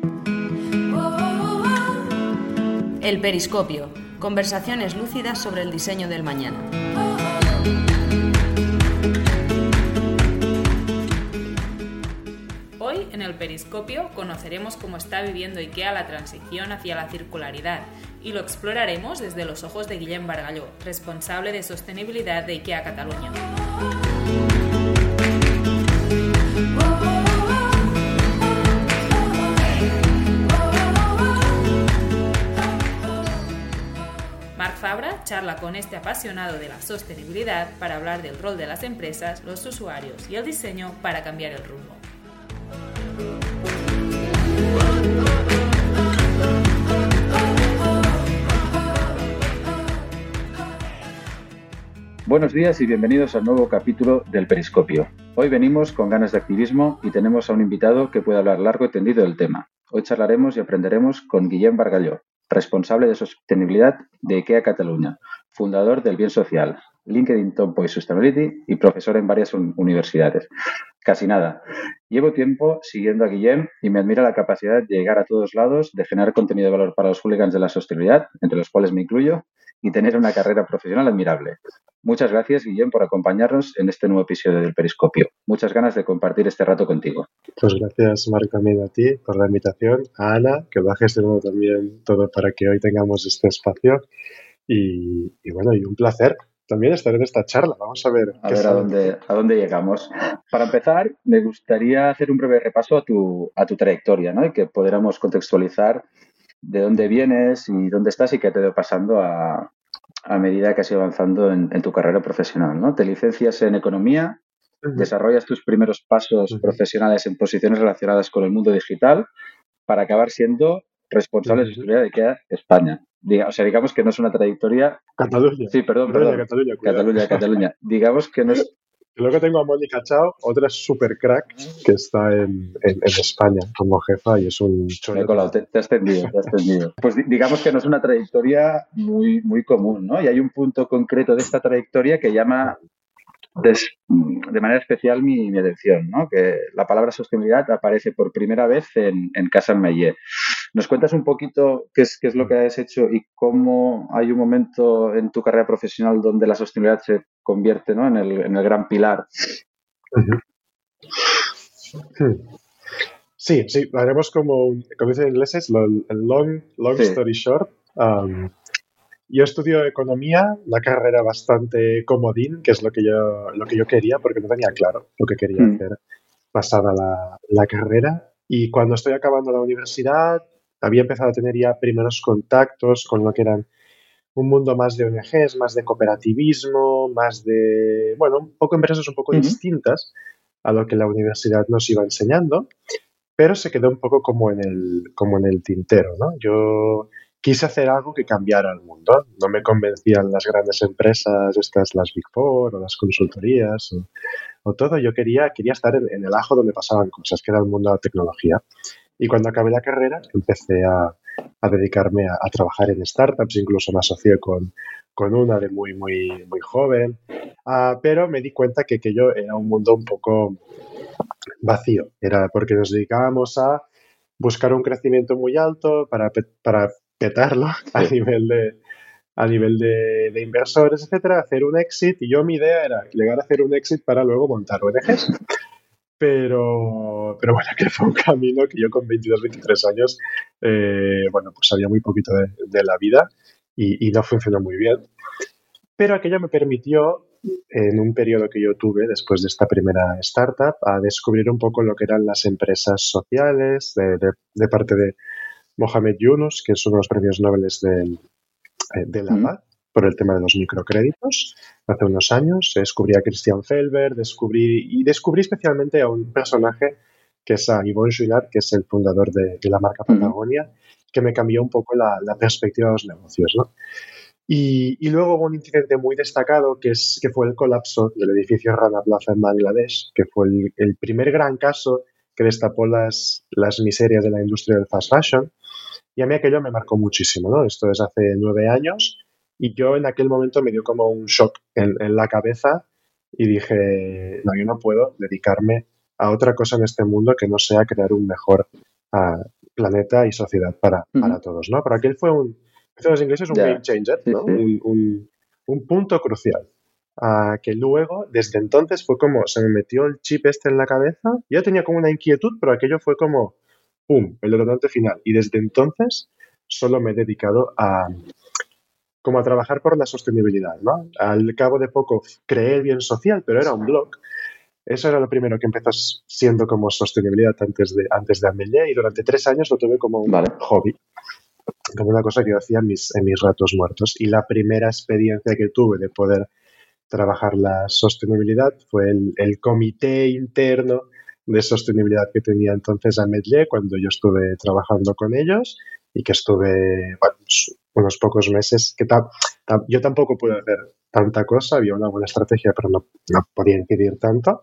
El Periscopio. Conversaciones lúcidas sobre el diseño del mañana. Hoy en el Periscopio conoceremos cómo está viviendo IKEA la transición hacia la circularidad y lo exploraremos desde los ojos de Guillem Bargalló, responsable de sostenibilidad de IKEA Cataluña. Marc Fabra charla con este apasionado de la sostenibilidad para hablar del rol de las empresas, los usuarios y el diseño para cambiar el rumbo. Buenos días y bienvenidos al nuevo capítulo del Periscopio. Hoy venimos con ganas de activismo y tenemos a un invitado que puede hablar largo y tendido del tema. Hoy charlaremos y aprenderemos con Guillem Bargalló, responsable de sostenibilidad de IKEA Cataluña, fundador del Bien Social, LinkedIn Top Boy Sustainability y profesor en varias universidades. Casi nada. Llevo tiempo siguiendo a Guillem y me admira la capacidad de llegar a todos lados, de generar contenido de valor para los hooligans de la sostenibilidad, entre los cuales me incluyo, y tener una carrera profesional admirable. Muchas gracias, Guillem, por acompañarnos en este nuevo episodio del Periscopio. Muchas ganas de compartir este rato contigo. Pues gracias, Marc, también a ti por la invitación, a Ana, que lo ha gestionado también todo para que hoy tengamos este espacio. Y bueno, y un placer también estar en esta charla. Vamos a ver a dónde llegamos. Para empezar, me gustaría hacer un breve repaso a tu trayectoria, ¿no? Y que pudiéramos contextualizar de dónde vienes y dónde estás y qué te ha ido pasando a medida que has ido avanzando en tu carrera profesional, ¿no? Te licencias en Economía, desarrollas tus primeros pasos profesionales en posiciones relacionadas con el mundo digital para acabar siendo responsable de sostenibilidad de IKEA España. Digamos que no es una trayectoria... Cataluña. Sí, perdón. Cataluña. Digamos que no es... Luego tengo a Mónica Chao, otra super crack que está en España como jefa y es un Me he colado, te has tendido. Pues digamos que no es una trayectoria muy, muy común, ¿no? Y hay un punto concreto de esta trayectoria que llama de manera especial mi atención, ¿no? Que la palabra sostenibilidad aparece por primera vez en Casa Meller. ¿Nos cuentas un poquito qué es lo que has hecho y cómo hay un momento en tu carrera profesional donde la sostenibilidad se convierte, ¿no? en el gran pilar? Sí, lo haremos como dicen en inglés, es long story short. Yo estudio Economía, una carrera bastante comodín, que es lo que yo quería, porque no tenía claro lo que quería hacer pasada la carrera. Y cuando estoy acabando la universidad, había empezado a tener ya primeros contactos con lo que eran un mundo más de ONGs, más de cooperativismo, más de, bueno, un poco empresas un poco distintas a lo que la universidad nos iba enseñando, pero se quedó un poco como en el tintero, ¿no? Yo quise hacer algo que cambiara el mundo. No me convencían las grandes empresas, las Big Four o las consultorías o todo. Yo quería estar en el ajo donde pasaban cosas, que era el mundo de la tecnología. Y cuando acabé la carrera empecé a dedicarme a trabajar en startups, incluso me asocié con una de muy, muy, muy joven, pero me di cuenta que yo era un mundo un poco vacío. Era porque nos dedicábamos a buscar un crecimiento muy alto para petarlo a nivel de inversores, etcétera, hacer un exit, y mi idea era llegar a hacer un exit para luego montar ONGs. Pero bueno, que fue un camino que yo con 22, 23 años, pues sabía muy poquito de la vida y no funcionó muy bien. Pero aquello me permitió, en un periodo que yo tuve después de esta primera startup, a descubrir un poco lo que eran las empresas sociales de parte de Mohamed Yunus, que es uno de los premios Nobel de la paz, por el tema de los microcréditos. Hace unos años descubrí a Christian Felber, descubrí especialmente a un personaje que es a Yvon Chouinard, que es el fundador de la marca Patagonia, que me cambió un poco la perspectiva de los negocios, ¿no? Y luego hubo un incidente muy destacado que fue el colapso del edificio Rana Plaza en Bangladesh, que fue el primer gran caso que destapó las miserias de la industria del fast fashion. Y a mí aquello me marcó muchísimo, ¿no? Esto es hace 9 años y yo en aquel momento me dio como un shock en la cabeza y dije, no, yo no puedo dedicarme a otra cosa en este mundo que no sea crear un mejor planeta y sociedad para todos, ¿no? Pero aquel fue dicen los ingleses, un game changer, ¿no? Un punto crucial. Que luego, desde entonces, fue como se me metió el chip en la cabeza. Yo tenía como una inquietud, pero aquello fue como ¡pum! El detonante final. Y desde entonces solo me he dedicado a trabajar por la sostenibilidad, ¿no? Al cabo de poco creé el bien social, pero era un blog. Eso era lo primero que empezó siendo como sostenibilidad antes de Amelie, y durante 3 años lo tuve como un hobby, como una cosa que yo hacía en mis ratos muertos. Y la primera experiencia que tuve de poder trabajar la sostenibilidad fue el comité interno de sostenibilidad que tenía entonces Amelie cuando yo estuve trabajando con ellos, y que estuve unos pocos meses, que yo tampoco pude hacer tanta cosa, había una buena estrategia, pero no podía incidir tanto.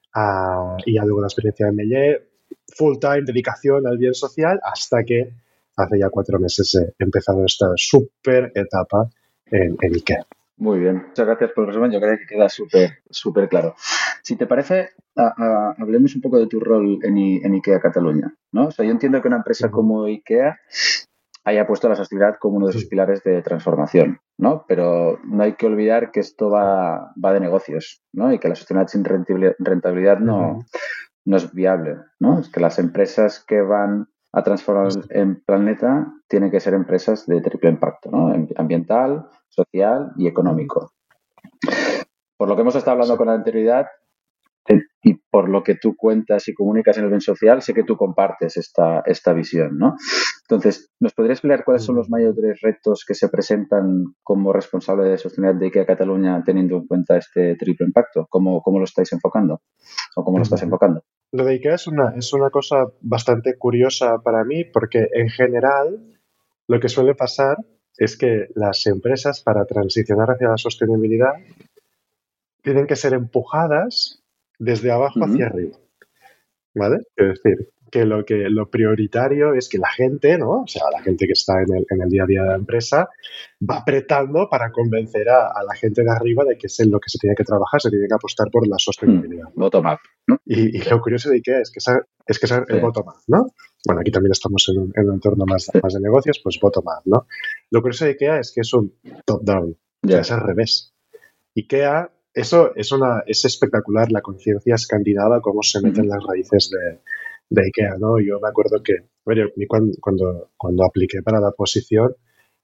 Y ya luego la experiencia de Amelie, full time, dedicación al bien social, hasta que hace ya 4 meses he empezado esta súper etapa en IKEA. Muy bien, muchas gracias por el resumen, yo creo que queda súper claro. Si te parece, hablemos un poco de tu rol en IKEA Cataluña, ¿no? O sea, yo entiendo que una empresa como IKEA haya puesto la sostenibilidad como uno de sus pilares de transformación, ¿no? Pero no hay que olvidar que esto va de negocios, ¿no? Y que la sostenibilidad sin rentabilidad no es viable, ¿no? Es que las empresas que van a transformar el planeta tienen que ser empresas de triple impacto, ¿no? Ambiental, social y económico. Por lo que hemos estado hablando con anterioridad y por lo que tú cuentas y comunicas en el bien social, sé que tú compartes esta visión, ¿no? Entonces, ¿nos podrías explicar cuáles son los mayores retos que se presentan como responsable de sostenibilidad de IKEA Cataluña teniendo en cuenta este triple impacto? ¿Cómo lo estáis enfocando? ¿O cómo lo estás enfocando? Lo de IKEA es una cosa bastante curiosa para mí, porque en general lo que suele pasar es que las empresas, para transicionar hacia la sostenibilidad, tienen que ser empujadas desde abajo hacia arriba, ¿vale? Es decir, que lo prioritario es que la gente, ¿no? O sea, la gente que está en el día a día de la empresa va apretando para convencer a la gente de arriba de que es en lo que se tiene que trabajar, se tiene que apostar por la sostenibilidad. Bottom up, ¿no? Y lo curioso de IKEA es que el bottom up, ¿no? Bueno, aquí también estamos en un entorno más de negocios, pues bottom up, ¿no? Lo curioso de IKEA es que es un top down, o sea, es al revés. IKEA, eso es espectacular, la conciencia escandinava, cómo se meten las raíces de IKEA, ¿no? Yo me acuerdo que, bueno, cuando apliqué para la posición,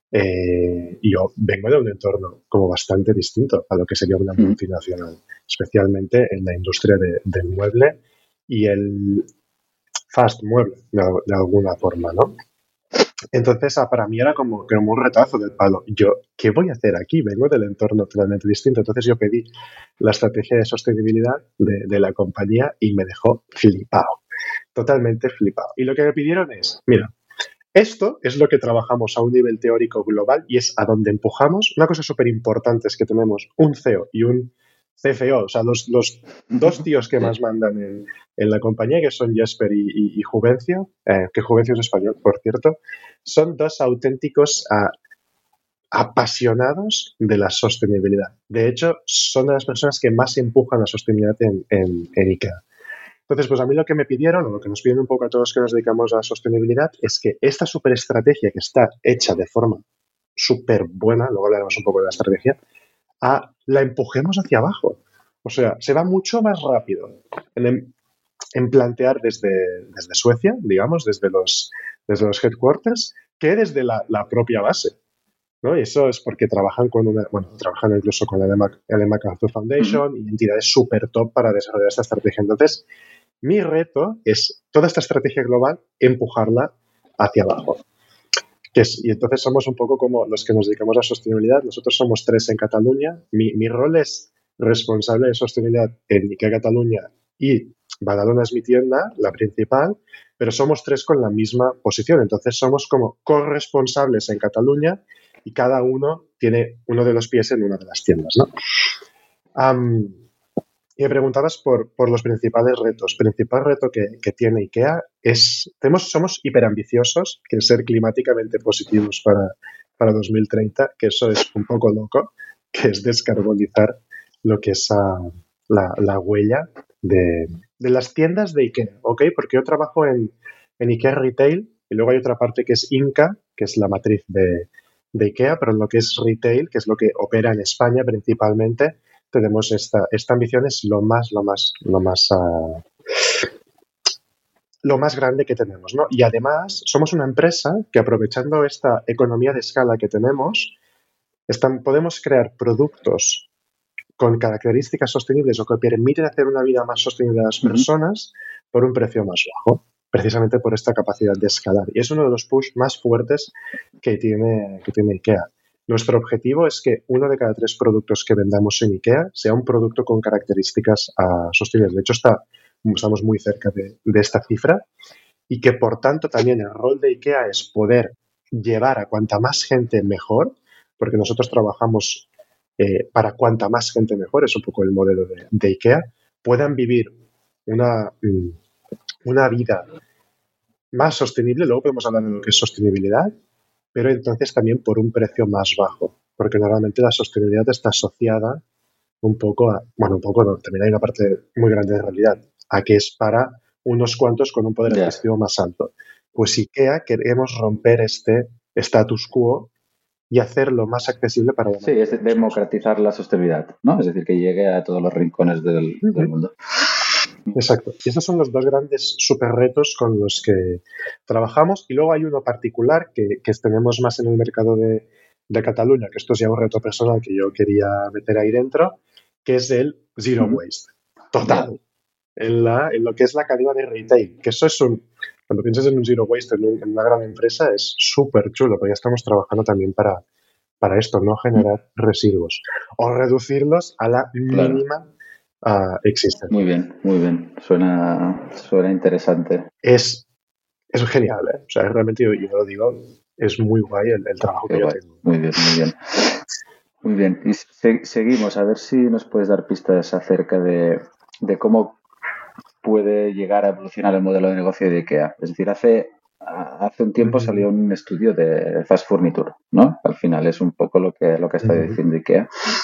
yo vengo de un entorno como bastante distinto a lo que sería una multinacional, especialmente en la industria del mueble y el fast mueble, de alguna forma, ¿no? Entonces, para mí era como un retazo del palo. Yo, ¿qué voy a hacer aquí? Vengo del entorno totalmente distinto. Entonces, yo pedí la estrategia de sostenibilidad de la compañía y me dejó flipado, totalmente flipado. Y lo que me pidieron es, mira, esto es lo que trabajamos a un nivel teórico global y es a donde empujamos. Una cosa súper importante es que tenemos un CEO y un CFO, o sea, los 2 tíos que más mandan en la compañía, que son Jesper y Juvencio, que Juvencio es español, por cierto, son 2 auténticos apasionados de la sostenibilidad. De hecho, son de las personas que más empujan la sostenibilidad en IKEA. Entonces, pues a mí lo que me pidieron, o lo que nos piden un poco a todos que nos dedicamos a la sostenibilidad, es que esta superestrategia que está hecha de forma súper buena, luego hablaremos un poco de la estrategia, la empujemos hacia abajo. O sea, se va mucho más rápido en plantear desde Suecia, digamos, desde los headquarters, que desde la propia base, ¿no? Y eso es porque trabajan trabajan incluso con el MacArthur Foundation y entidades súper top para desarrollar esta estrategia. Entonces, mi reto es toda esta estrategia global empujarla hacia abajo. Y entonces somos un poco como los que nos dedicamos a sostenibilidad. Nosotros somos 3 en Cataluña. Mi rol es responsable de sostenibilidad en IKEA Cataluña y Badalona es mi tienda, la principal, pero somos 3 con la misma posición. Entonces somos como corresponsables en Cataluña y cada uno tiene uno de los pies en una de las tiendas, ¿no? Y me preguntabas por los principales retos. El principal reto que tiene IKEA es, somos hiperambiciosos, que es ser climáticamente positivos para 2030, que eso es un poco loco, que es descarbonizar lo que es la huella de las tiendas de IKEA, ¿ok? Porque yo trabajo en IKEA Retail Y luego hay otra parte que es Inca, que es la matriz de IKEA, pero en lo que es retail, que es lo que opera en España principalmente, tenemos esta ambición, es lo más grande que tenemos, ¿no? Y además somos una empresa que, aprovechando esta economía de escala que tenemos, podemos crear productos con características sostenibles o que permiten hacer una vida más sostenible a las personas por un precio más bajo, precisamente por esta capacidad de escalar. Y es uno de los push más fuertes que tiene IKEA. Nuestro objetivo es que 1 de cada 3 productos que vendamos en IKEA sea un producto con características sostenibles. De hecho, estamos muy cerca de esta cifra, y que, por tanto, también el rol de IKEA es poder llevar a cuanta más gente mejor, porque nosotros trabajamos para cuanta más gente mejor, es un poco el modelo de IKEA, puedan vivir una vida más sostenible. Luego podemos hablar de lo que es sostenibilidad, pero entonces también por un precio más bajo, porque normalmente la sostenibilidad está asociada un poco también hay una parte muy grande de realidad, a que es para unos cuantos con un poder adquisitivo más alto. Pues IKEA queremos romper este status quo y hacerlo más accesible para la mayoría. Sí, es democratizar la sostenibilidad, ¿no? Es decir, que llegue a todos los rincones del mundo. Exacto. Y estos son los 2 grandes super retos con los que trabajamos. Y luego hay uno particular que tenemos más en el mercado de Cataluña, que esto es ya un reto personal que yo quería meter ahí dentro, que es el Zero Waste. Total. En lo que es la cadena de retail. Que eso es cuando piensas en un Zero Waste en una gran empresa, es súper chulo, porque ya estamos trabajando también para esto, no generar residuos o reducirlos a la mínima existencia. Muy bien. Suena interesante. Es genial, ¿eh? O sea, realmente yo lo digo, es muy guay el trabajo que yo tengo. Muy bien. Y seguimos, a ver si nos puedes dar pistas acerca de cómo puede llegar a evolucionar el modelo de negocio de IKEA. Es decir, hace un tiempo salió un estudio de Fast Furniture, ¿no? Al final es un poco lo que está diciendo IKEA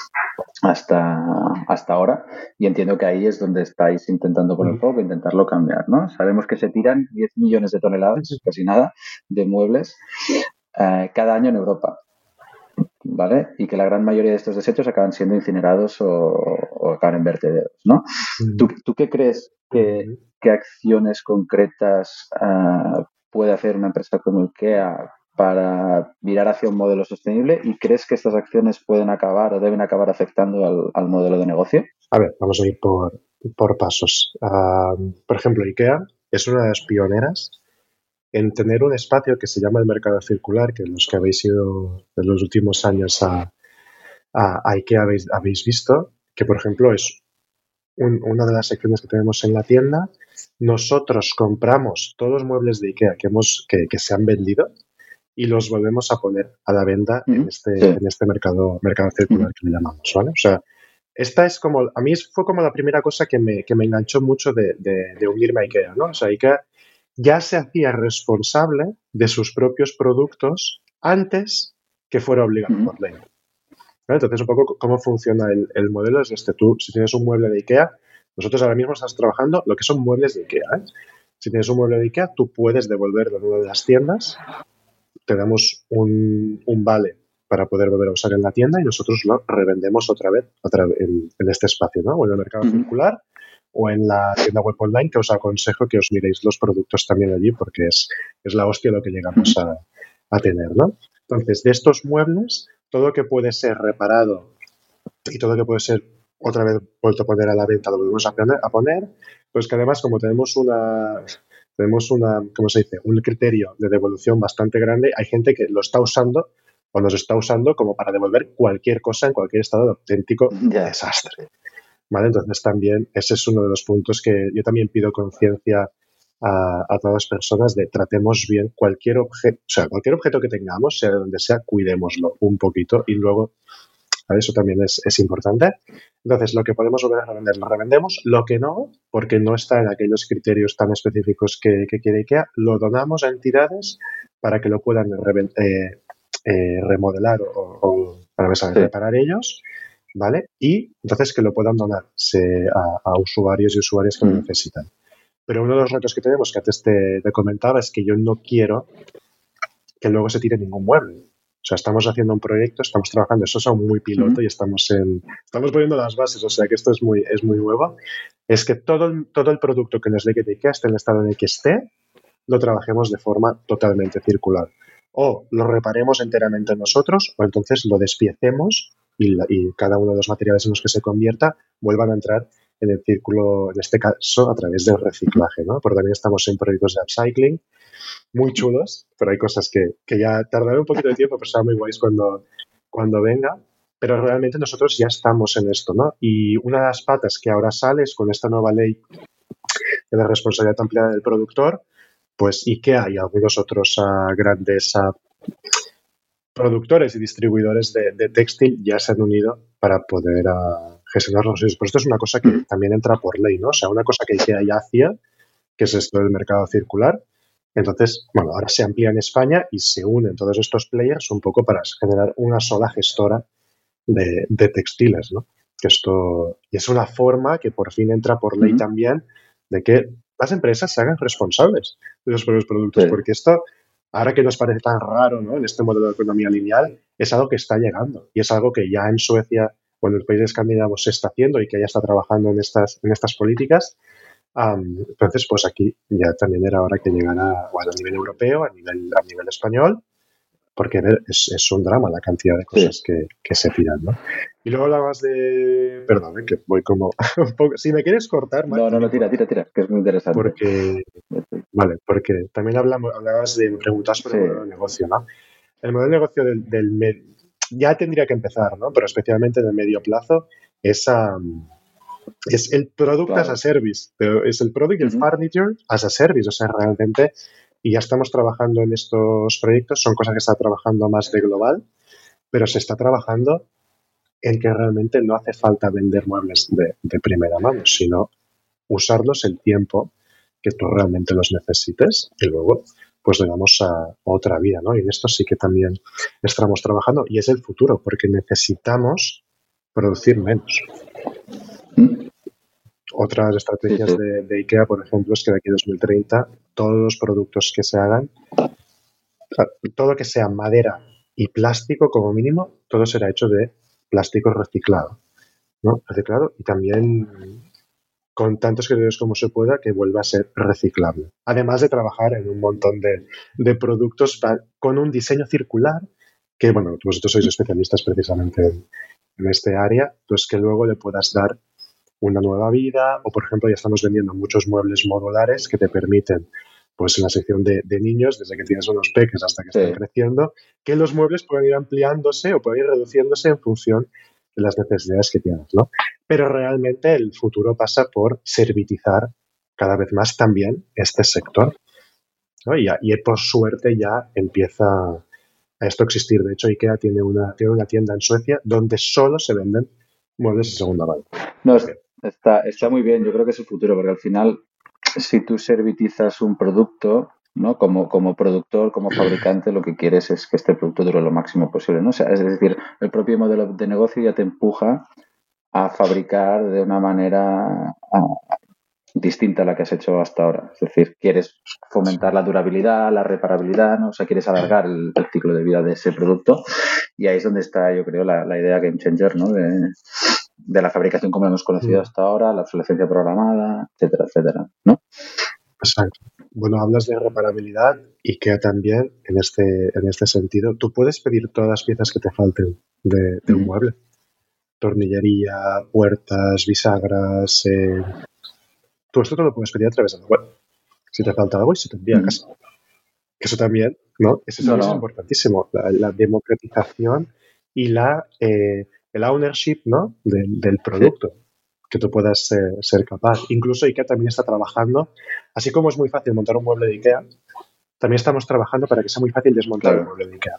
hasta ahora, y entiendo que ahí es donde estáis intentando poner foco, intentarlo cambiar, ¿no? Sabemos que se tiran 10 millones de toneladas, casi nada, de muebles cada año en Europa, ¿vale? Y que la gran mayoría de estos desechos acaban siendo incinerados o acaban en vertederos, ¿no? ¿Tú qué crees qué acciones concretas puede hacer una empresa como IKEA para virar hacia un modelo sostenible, y crees que estas acciones pueden acabar o deben acabar afectando al modelo de negocio? A ver, vamos a ir por pasos. Por ejemplo, IKEA es una de las pioneras en tener un espacio que se llama el mercado circular, que los que habéis ido en los últimos años a IKEA habéis visto, que, por ejemplo, es una de las secciones que tenemos en la tienda. Nosotros compramos todos los muebles de IKEA que se han vendido y los volvemos a poner a la venta en este mercado circular que le llamamos, ¿vale? O sea, esta es como, a mí fue como la primera cosa que me enganchó mucho de unirme a IKEA, ¿no? O sea, IKEA ya se hacía responsable de sus propios productos antes que fuera obligado por ley. ¿Vale? Entonces, un poco cómo funciona el modelo es tú, si tienes un mueble de IKEA, nosotros ahora mismo estamos trabajando lo que son muebles de IKEA, ¿eh? Si tienes un mueble de IKEA, tú puedes devolverlo en una de las tiendas, te damos un vale para poder volver a usar en la tienda y nosotros lo revendemos otra vez en este espacio, ¿no? O en el mercado circular o en la tienda web online, que os aconsejo que os miréis los productos también allí, porque es la hostia lo que llegamos a tener, ¿no? Entonces, de estos muebles, todo lo que puede ser reparado y todo lo que puede ser otra vez vuelto a poner a la venta, lo volvemos a poner, pues que además, como tenemos ¿cómo se dice? Un criterio de devolución bastante grande, hay gente que lo está usando o nos está usando como para devolver cualquier cosa en cualquier estado de auténtico desastre. ¿Vale? Entonces también ese es uno de los puntos que yo también pido conciencia a todas las personas de tratemos bien cualquier objeto que tengamos, sea de donde sea, cuidémoslo un poquito y luego, ¿vale? Eso también es importante. Entonces, lo que podemos volver a revender, lo revendemos. Lo que no, porque no está en aquellos criterios tan específicos que quiere IKEA, lo donamos a entidades para que lo puedan remodelar o para reparar ellos, ¿vale? Y entonces que lo puedan donar a usuarios y usuarias que lo necesitan. Pero uno de los retos que tenemos, que antes te comentaba, es que yo no quiero que luego se tire ningún mueble. O sea, estamos haciendo un proyecto, estamos trabajando, eso es aún muy piloto y estamos poniendo las bases, o sea que esto es muy nuevo. Es que todo el producto que nos llegue de IKEA, esté en el estado en el que esté, lo trabajemos de forma totalmente circular. O lo reparemos enteramente nosotros, o entonces lo despiecemos y cada uno de los materiales en los que se convierta vuelvan a entrar en el círculo, en este caso, a través del reciclaje, ¿no? Porque también estamos en proyectos de upcycling muy chulos, pero hay cosas que ya tardarán un poquito de tiempo, pero serán muy guays cuando venga. Pero realmente nosotros ya estamos en esto, ¿no? Y una de las patas que ahora sale es con esta nueva ley de la responsabilidad ampliada del productor, pues IKEA y algunos otros grandes productores y distribuidores de textil ya se han unido para poder gestionar los residuos. Pero esto es una cosa que también entra por ley, ¿no? O sea, una cosa que IKEA ya hacía, que es esto del mercado circular. Entonces, bueno, ahora se amplía en España y se unen todos estos players un poco para generar una sola gestora de textiles, ¿no? Que esto, y es una forma que por fin entra por ley también de que las empresas se hagan responsables de los propios productos, porque esto, ahora que nos parece tan raro, ¿no? En este modelo de economía lineal, es algo que está llegando y es algo que ya en Suecia o en los países escandinavos se está haciendo y que ya está trabajando en estas políticas. Entonces, pues aquí ya también era hora que llegara, bueno, a nivel europeo, a nivel español, porque es un drama la cantidad de cosas que se tiran, ¿no? Y luego hablabas de... Perdón, que voy como un poco... Si me quieres cortar, Martín, No, tira, que es muy interesante. Porque también hablabas de preguntas sobre el modelo de negocio, ¿no? El modelo de negocio del medio... Ya tendría que empezar, ¿no? Pero especialmente en el medio plazo es el product as a service, pero es el product y el furniture as a service, o sea, realmente, y ya estamos trabajando en estos proyectos, son cosas que está trabajando más de global, pero se está trabajando en que realmente no hace falta vender muebles de primera mano, sino usarlos el tiempo que tú realmente los necesites y luego pues le damos a otra vida, ¿no? Y en esto sí que también estamos trabajando y es el futuro, porque necesitamos producir menos. Otras estrategias de IKEA, por ejemplo, es que de aquí a 2030 todos los productos que se hagan, todo lo que sea madera y plástico como mínimo, todo será hecho de plástico reciclado, ¿no? Reciclado y también con tantos criterios como se pueda que vuelva a ser reciclable. Además de trabajar en un montón de productos con un diseño circular que, bueno, vosotros sois especialistas precisamente en este área, pues que luego le puedas dar una nueva vida, o por ejemplo ya estamos vendiendo muchos muebles modulares que te permiten, pues en la sección de niños, desde que tienes unos peques hasta que están creciendo, que los muebles pueden ir ampliándose o pueden ir reduciéndose en función de las necesidades que tienes, ¿no? Pero realmente el futuro pasa por servitizar cada vez más también este sector, ¿no? Y por suerte ya empieza a esto existir. De hecho, IKEA tiene una tienda en Suecia donde solo se venden muebles de segunda mano. No, está muy bien. Yo creo que es el futuro, porque al final, si tú servitizas un producto, ¿no? Como productor, como fabricante, lo que quieres es que este producto dure lo máximo posible, ¿no? O sea, es decir, el propio modelo de negocio ya te empuja a fabricar de una manera distinta a la que has hecho hasta ahora. Es decir, quieres fomentar la durabilidad, la reparabilidad, ¿no? O sea, quieres alargar el ciclo de vida de ese producto, y ahí es donde está, yo creo, la idea game changer, ¿no? De la fabricación como la hemos conocido hasta ahora, la obsolescencia programada, etcétera, ¿no? Exacto. Bueno, hablas de reparabilidad y que también en este sentido, tú puedes pedir todas las piezas que te falten de un mueble. Tornillería, puertas, bisagras. Tú esto te lo puedes pedir a través de la web. Si te falta algo y se te envía a casa. Eso también, ¿no? Eso es importantísimo. La democratización y el ownership, ¿no? del producto. Que tú puedas ser capaz. Incluso IKEA también está trabajando, así como es muy fácil montar un mueble de IKEA, también estamos trabajando para que sea muy fácil desmontar un mueble de IKEA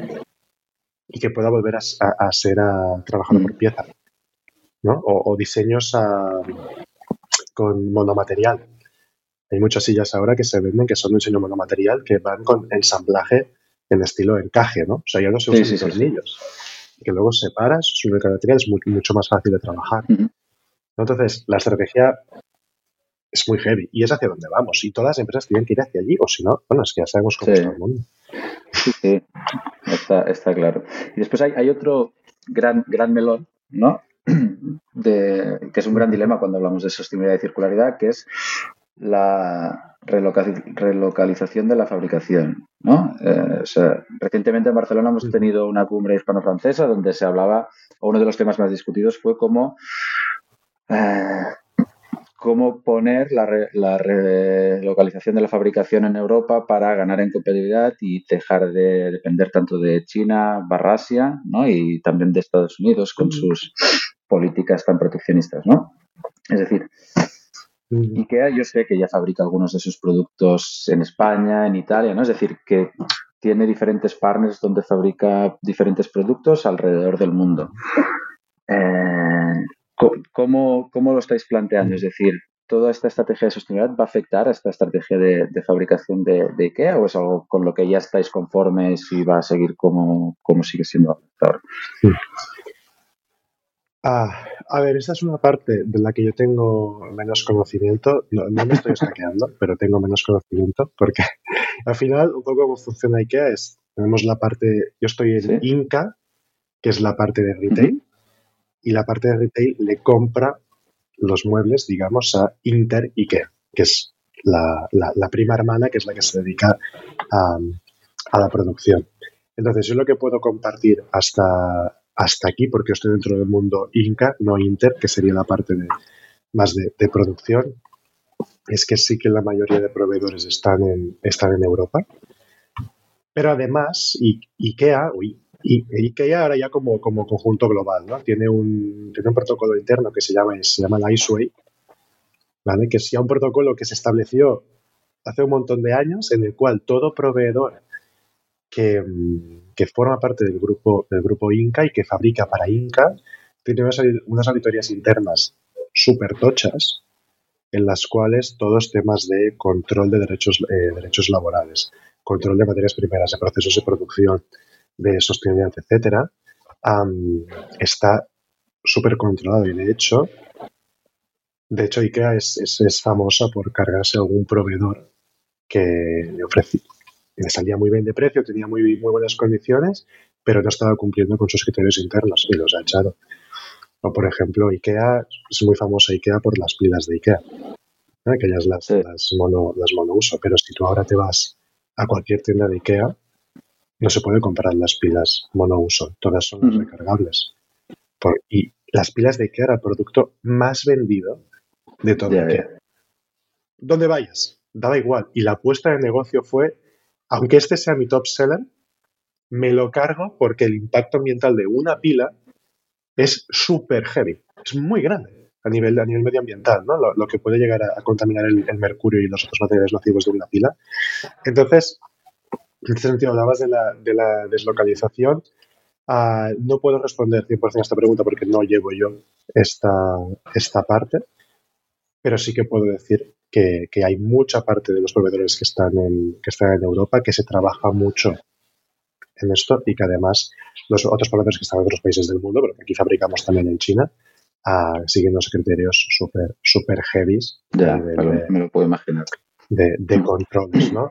y que pueda volver a ser trabajado por pieza, ¿no? O diseños con monomaterial. Hay muchas sillas ahora que se venden que son de diseño monomaterial que van con ensamblaje en estilo encaje, ¿no? O sea, ya no se usan tornillos. Que luego separas, su única material es mucho más fácil de trabajar. Entonces, la estrategia es muy heavy y es hacia donde vamos. Y todas las empresas tienen que ir hacia allí, o si no, bueno, es que ya sabemos cómo está el mundo. Sí, está claro. Y después hay otro gran melón, ¿no? Que es un gran dilema cuando hablamos de sostenibilidad y circularidad, que es la relocalización de la fabricación, ¿no? Recientemente en Barcelona hemos tenido una cumbre hispano-francesa donde se hablaba, o uno de los temas más discutidos fue cómo poner la relocalización de la fabricación en Europa para ganar en competitividad y dejar de depender tanto de China, Asia, ¿no? Y también de Estados Unidos con sus políticas tan proteccionistas, ¿no? Es decir, IKEA yo sé que ya fabrica algunos de sus productos en España, en Italia, ¿no? Es decir, que tiene diferentes partners donde fabrica diferentes productos alrededor del mundo. ¿Cómo lo estáis planteando? Es decir, ¿toda esta estrategia de sostenibilidad va a afectar a esta estrategia de fabricación de IKEA o es algo con lo que ya estáis conformes y va a seguir como sigue siendo ahora? A ver, esta es una parte de la que yo tengo menos conocimiento. No me estoy estaqueando, pero tengo menos conocimiento porque al final un poco cómo funciona IKEA es, tenemos la parte, yo estoy en Inca, que es la parte de retail, y la parte de retail le compra los muebles, digamos, a Inter IKEA, que es la prima hermana, que es la que se dedica a la producción. Entonces, yo lo que puedo compartir hasta aquí, porque estoy dentro del mundo Inca, no Inter, que sería la parte más de producción, es que sí que la mayoría de proveedores están en Europa. Pero además, IKEA ahora ya como conjunto global, ¿no? Tiene un protocolo interno que se llama el ISO, ¿vale? Que es ya un protocolo que se estableció hace un montón de años en el cual todo proveedor que forma parte del grupo Inca y que fabrica para Inca tiene unas auditorías internas súper tochas en las cuales todos temas de control de derechos laborales, control de materias primeras, de procesos de producción, de sostenibilidad, etcétera, está súper controlado y de hecho IKEA es famosa por cargarse a algún proveedor que le salía muy bien de precio, tenía muy buenas condiciones, pero no estaba cumpliendo con sus criterios internos y los ha echado. O, por ejemplo, IKEA, es muy famosa IKEA por las pilas de IKEA, ¿no? Aquellas las monouso, pero si tú ahora te vas a cualquier tienda de IKEA, no se puede comprar las pilas monouso, todas son las recargables. Y las pilas de IKEA era el producto más vendido de todo IKEA. ¿Dónde vayas? Daba igual. Y la apuesta de negocio fue, aunque este sea mi top seller, me lo cargo porque el impacto ambiental de una pila es súper heavy. Es muy grande a nivel medioambiental, ¿no? Lo que puede llegar a contaminar el mercurio y los otros materiales nocivos de una pila. Entonces, en este sentido, hablabas de la deslocalización. No puedo responder 100% a esta pregunta porque no llevo yo esta parte, pero sí que puedo decir que hay mucha parte de los proveedores que están en Europa que se trabaja mucho en esto y que además los otros proveedores que están en otros países del mundo, pero que aquí fabricamos también en China, siguen los criterios súper heavies. Me lo puedo imaginar. De controles, ¿no?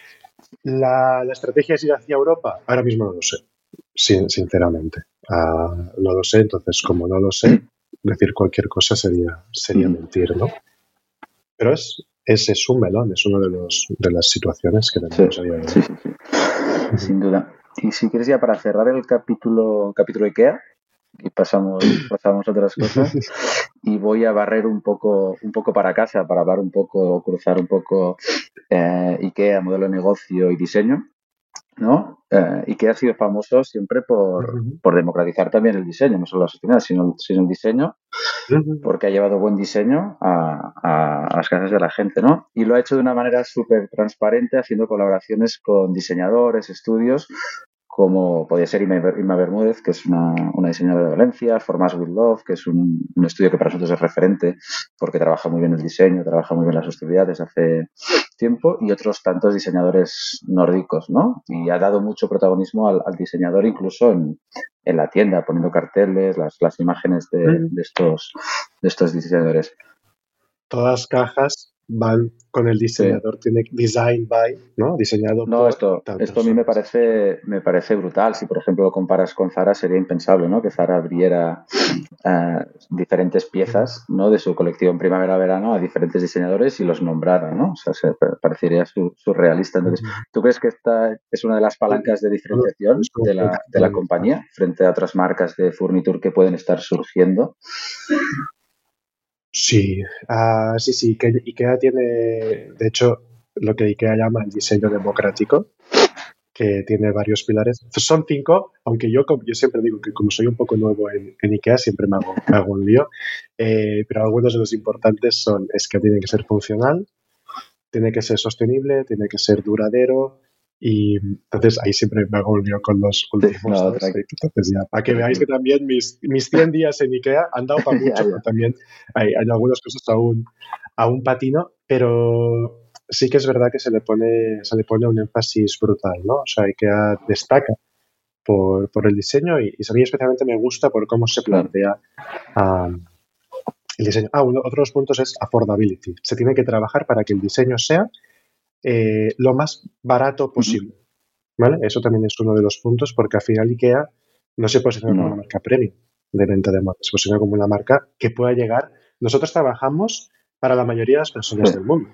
¿La estrategia es ir hacia Europa? Ahora mismo no lo sé, sinceramente. No lo sé, entonces como no lo sé, decir cualquier cosa sería mentir, ¿no? Pero ese es un melón, es una de las situaciones que tenemos a día de hoy. Sí. Sin duda. Y si quieres ya para cerrar el capítulo IKEA y pasamos a otras cosas y voy a barrer un poco para casa para hablar cruzar un poco IKEA, modelo de negocio y diseño, ¿no? IKEA ha sido famoso siempre por democratizar también el diseño, no solo la sostenibilidad, sino el diseño, porque ha llevado buen diseño a las casas de la gente, ¿no? Y lo ha hecho de una manera súper transparente, haciendo colaboraciones con diseñadores, estudios, como podía ser Inma Bermúdez, que es una diseñadora de Valencia, Formas with Love, que es un estudio que para nosotros es referente porque trabaja muy bien el diseño, trabaja muy bien la sostenibilidad desde hace tiempo, y otros tantos diseñadores nórdicos, ¿no? Y ha dado mucho protagonismo al diseñador incluso en la tienda, poniendo carteles, las imágenes de estos diseñadores. Todas cajas van con el diseñador, tiene design by, ¿no? Diseñado no, por esto a mí me parece brutal. Si, por ejemplo, lo comparas con Zara, sería impensable, ¿no? Que Zara abriera diferentes piezas, ¿no? De su colección primavera-verano a diferentes diseñadores y los nombrara, ¿no? O sea, parecería surrealista. Entonces, ¿tú crees que esta es una de las palancas de diferenciación de la compañía frente a otras marcas de furniture que pueden estar surgiendo? Sí, sí. IKEA tiene, de hecho, lo que IKEA llama el diseño democrático, que tiene varios pilares. Son 5, aunque yo siempre digo que como soy un poco nuevo en IKEA, siempre me hago un lío. Pero algunos de los importantes es que tiene que ser funcional, tiene que ser sostenible, tiene que ser duradero. Y entonces ahí siempre me hago un lío con los últimos dos. Entonces ya, para que veáis que también mis 100 días en IKEA han dado para mucho, pero también hay algunas cosas aún patino, pero sí que es verdad que se le pone un énfasis brutal, ¿no? O sea, IKEA destaca por el diseño y a mí especialmente me gusta por cómo se plantea el diseño. Otro de los puntos es affordability. Se tiene que trabajar para que el diseño sea lo más barato posible, ¿vale? Eso también es uno de los puntos porque al final IKEA no se posiciona como una marca premium de venta de moda, se posiciona como una marca que pueda llegar. Nosotros trabajamos para la mayoría de las personas del mundo.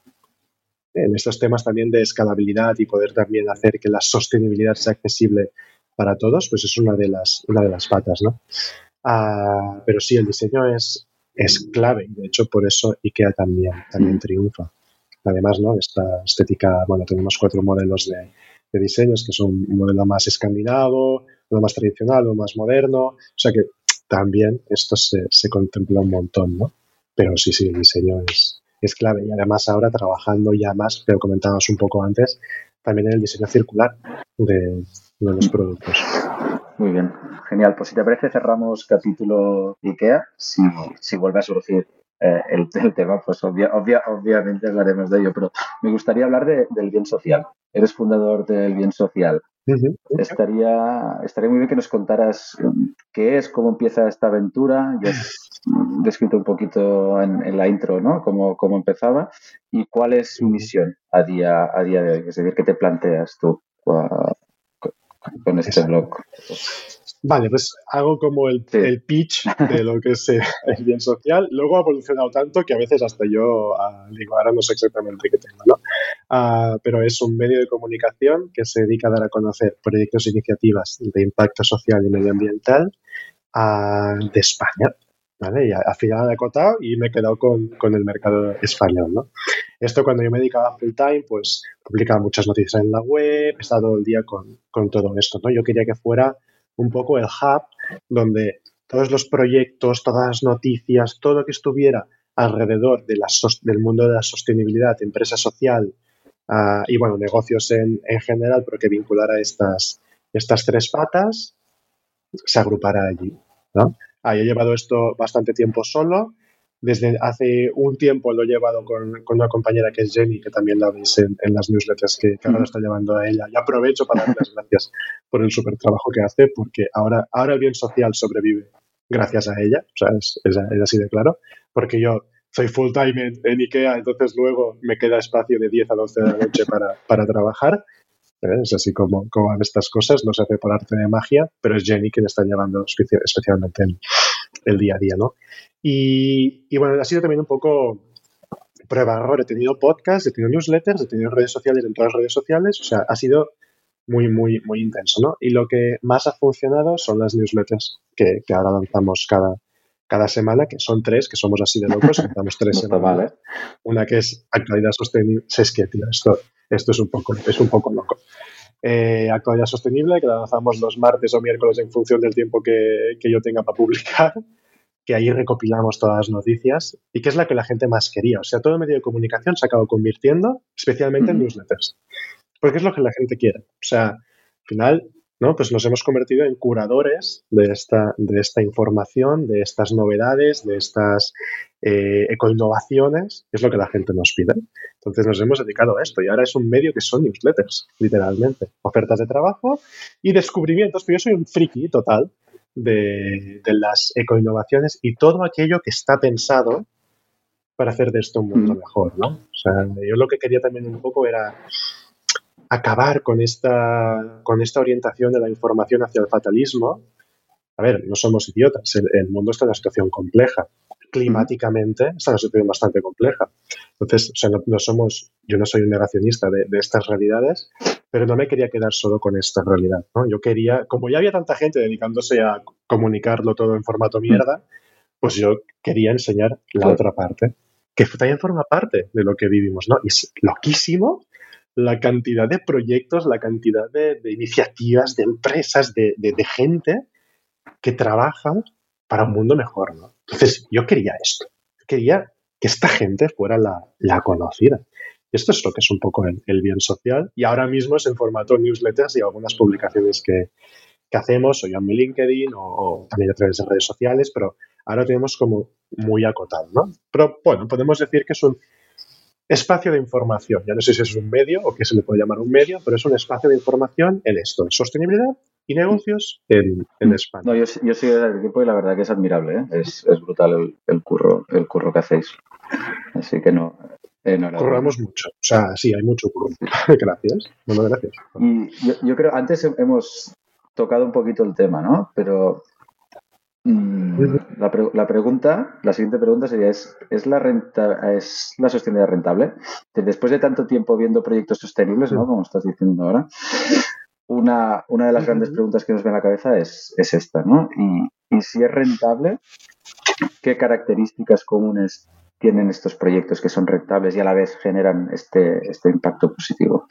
En estos temas también de escalabilidad y poder también hacer que la sostenibilidad sea accesible para todos, pues es una de las patas, ¿no? Pero sí, el diseño es clave y de hecho por eso IKEA también triunfa. Además, ¿no? Esta estética, bueno, tenemos 4 modelos de diseños, que son un modelo más escandinavo, uno más tradicional, uno más moderno. O sea que también esto se contempla un montón, ¿no? Pero sí, el diseño es clave. Y además ahora trabajando ya más, pero comentabas un poco antes, también en el diseño circular de los productos. Muy bien, genial. Pues si te parece cerramos capítulo IKEA. Si vuelve a surgir el tema, pues obviamente hablaremos de ello, pero me gustaría hablar del bien social. Eres fundador del bien social. Estaría muy bien que nos contaras qué es, cómo empieza esta aventura. Ya has descrito un poquito en la intro, ¿no? Cómo empezaba y cuál es su misión a día de hoy. Es decir, ¿qué te planteas tú con este blog? Vale, pues hago como el pitch de lo que es el bien social. Luego ha evolucionado tanto que a veces hasta yo digo, ahora no sé exactamente qué tengo, ¿no? Pero es un medio de comunicación que se dedica a dar a conocer proyectos e iniciativas de impacto social y medioambiental de España. ¿Vale? Y al final he acotado y me he quedado con el mercado español, ¿no? Esto cuando yo me dedicaba full time, pues publicaba muchas noticias en la web, he estado todo el día con todo esto, ¿no? Yo quería que fuera un poco el hub donde todos los proyectos, todas las noticias, todo lo que estuviera alrededor del mundo de la sostenibilidad, empresa social y, bueno, negocios en general, pero que vinculara estas 3 patas, se agrupara allí, ¿no? Yo he llevado esto bastante tiempo solo. Desde hace un tiempo lo he llevado con una compañera que es Jenny, que también la veis en las newsletters que ahora lo está llevando a ella. Y aprovecho para darle las gracias por el súper trabajo que hace, porque ahora el bien social sobrevive gracias a ella. O sea, es así de claro. Porque yo soy full time en IKEA, entonces luego me queda espacio de 10 a 12 de la noche para trabajar. Es así como van estas cosas, no se hace por arte de magia, pero es Jenny quien está llevando especialmente el día a día, ¿no? Y bueno, ha sido también un poco prueba error. He tenido podcasts, he tenido newsletters, he tenido redes sociales en todas las redes sociales, o sea, ha sido muy, muy, muy intenso, ¿no? Y lo que más ha funcionado son las newsletters que ahora lanzamos cada semana, que son 3, que somos así de locos, lanzamos 3 semanas. Una que es actualidad sostenible. Es que, tío, esto es un poco loco. Actualidad sostenible, que la lanzamos los martes o miércoles en función del tiempo que yo tenga para publicar, que ahí recopilamos todas las noticias y que es la que la gente más quería. O sea, todo medio de comunicación se ha acabado convirtiendo especialmente en newsletters, porque es lo que la gente quiere. O sea, al final, ¿no? Pues nos hemos convertido en curadores de esta información, de estas novedades, de estas ecoinnovaciones, que es lo que la gente nos pide. Entonces nos hemos dedicado a esto y ahora es un medio que son newsletters, literalmente. Ofertas de trabajo y descubrimientos, pero yo soy un friki total de las ecoinnovaciones y todo aquello que está pensado para hacer de esto un mundo mejor, ¿no? O sea, yo lo que quería también un poco era acabar con esta orientación de la información hacia el fatalismo. A ver, no somos idiotas, el mundo está en una situación compleja. Climáticamente está en una situación bastante compleja. Entonces, o sea, yo no soy un negacionista de estas realidades, pero no me quería quedar solo con esta realidad, ¿no? Yo quería, como ya había tanta gente dedicándose a comunicarlo todo en formato mierda, pues yo quería enseñar la otra parte, que también forma parte de lo que vivimos, ¿no? Y es loquísimo la cantidad de proyectos, la cantidad de iniciativas, de empresas, de gente que trabajan para un mundo mejor, ¿no? Entonces, yo quería esto. Quería que esta gente fuera la conocida. Y esto es lo que es un poco el bien social. Y ahora mismo es en formato newsletters y algunas publicaciones que hacemos, o yo en mi LinkedIn, o también a través de redes sociales, pero ahora tenemos como muy acotado, ¿no? Pero, bueno, podemos decir que es un espacio de información. Ya no sé si es un medio o qué se le puede llamar un medio, pero es un espacio de información en esto, en sostenibilidad y negocios en España. No, yo soy del equipo y la verdad que es admirable, ¿eh? Es brutal el curro que hacéis. Así que no. Curramos mucho. O sea, sí, hay mucho curro. Gracias. Bueno, gracias. Y yo creo, antes hemos tocado un poquito el tema, ¿no? Pero la siguiente pregunta sería, ¿es la sostenibilidad rentable? Después de tanto tiempo viendo proyectos sostenibles, ¿no? Como estás diciendo ahora, una de las grandes preguntas que nos viene a la cabeza es esta, ¿no? Y si es rentable, ¿qué características comunes tienen estos proyectos que son rentables y a la vez generan este impacto positivo?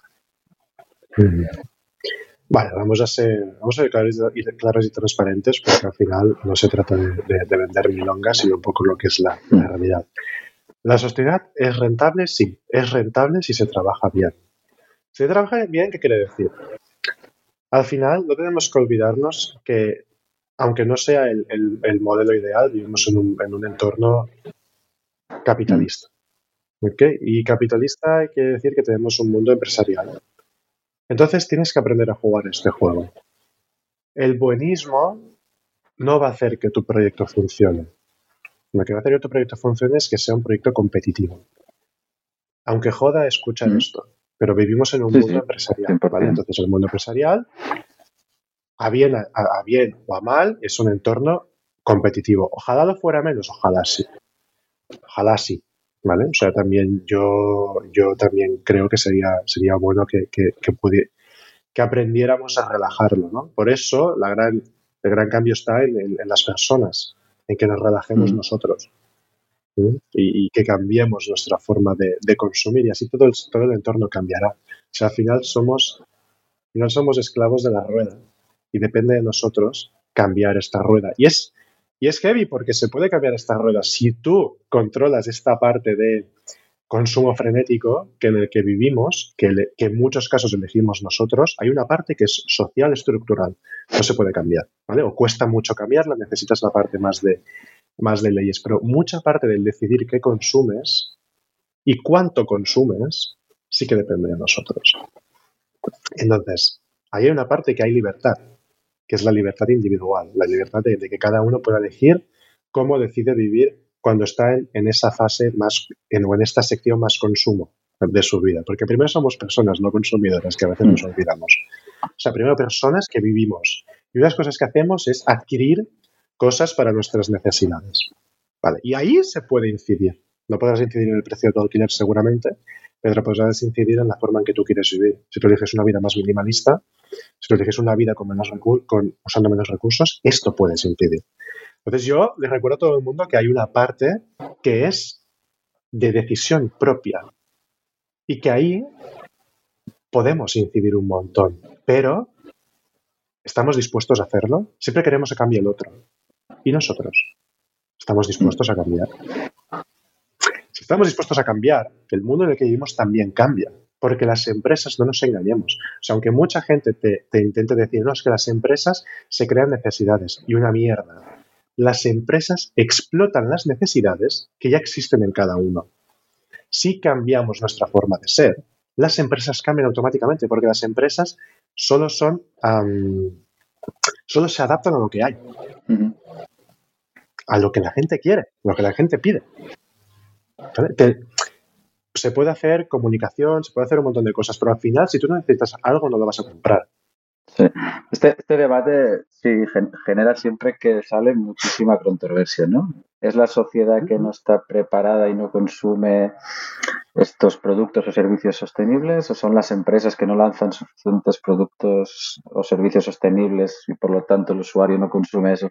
Vale, vamos a ser claros y transparentes, porque al final no se trata de vender milongas, sino un poco lo que es la realidad. ¿La sostenibilidad es rentable? Sí, es rentable si se trabaja bien. Si se trabaja bien, ¿qué quiere decir? Al final no tenemos que olvidarnos que, aunque no sea el modelo ideal, vivimos en un entorno capitalista. ¿Okay? Y capitalista quiere decir que tenemos un mundo empresarial. Entonces tienes que aprender a jugar este juego. El buenismo no va a hacer que tu proyecto funcione. Lo que va a hacer que tu proyecto funcione es que sea un proyecto competitivo. Aunque joda escuchar esto, pero vivimos en un mundo empresarial, ¿vale? Entonces el mundo empresarial, a bien o a mal, es un entorno competitivo. Ojalá lo fuera menos, ojalá sí. Ojalá sí, ¿vale? O sea, también yo también creo que sería bueno que aprendiéramos a relajarlo, ¿no? Por eso el gran cambio está en las personas, en que nos relajemos nosotros, ¿sí? Y que cambiemos nuestra forma de consumir, y así todo el entorno cambiará. O sea, al final somos esclavos de la rueda y depende de nosotros cambiar esta rueda. Y es heavy porque se puede cambiar esta rueda si tú controlas esta parte de consumo frenético en el que vivimos, que en muchos casos elegimos nosotros. Hay una parte que es social, estructural, no se puede cambiar, ¿vale? O cuesta mucho cambiarla, necesitas la parte más de leyes, pero mucha parte del decidir qué consumes y cuánto consumes sí que depende de nosotros. Entonces, ahí hay una parte que hay libertad, que es la libertad individual, la libertad de que cada uno pueda elegir cómo decide vivir cuando está en esa fase o en esta sección más consumo de su vida. Porque primero somos personas, no consumidoras, que a veces nos olvidamos. O sea, primero personas que vivimos. Y una de las cosas que hacemos es adquirir cosas para nuestras necesidades. ¿Vale? Y ahí se puede incidir. No podrás incidir en el precio de tu alquiler seguramente, pero podrás incidir en la forma en que tú quieres vivir. Si tú eliges una vida más minimalista, si tú eliges una vida usando menos recursos, esto puedes incidir. Entonces yo les recuerdo a todo el mundo que hay una parte que es de decisión propia y que ahí podemos incidir un montón, pero ¿estamos dispuestos a hacerlo? Siempre queremos que cambie el otro. ¿Y nosotros? ¿Estamos dispuestos a cambiar? Si estamos dispuestos a cambiar, el mundo en el que vivimos también cambia. Porque las empresas, no nos engañemos. O sea, aunque mucha gente te intente decir, no, es que las empresas se crean necesidades. Y una mierda. Las empresas explotan las necesidades que ya existen en cada uno. Si cambiamos nuestra forma de ser, las empresas cambian automáticamente, porque las empresas solo se adaptan a lo que hay. A lo que la gente quiere, a lo que la gente pide. Se puede hacer comunicación, se puede hacer un montón de cosas, pero al final, si tú no necesitas algo, no lo vas a comprar. Sí. Este debate sí genera siempre que sale muchísima controversia, ¿no? ¿Es la sociedad que no está preparada y no consume estos productos o servicios sostenibles, o son las empresas que no lanzan suficientes productos o servicios sostenibles y por lo tanto el usuario no consume eso?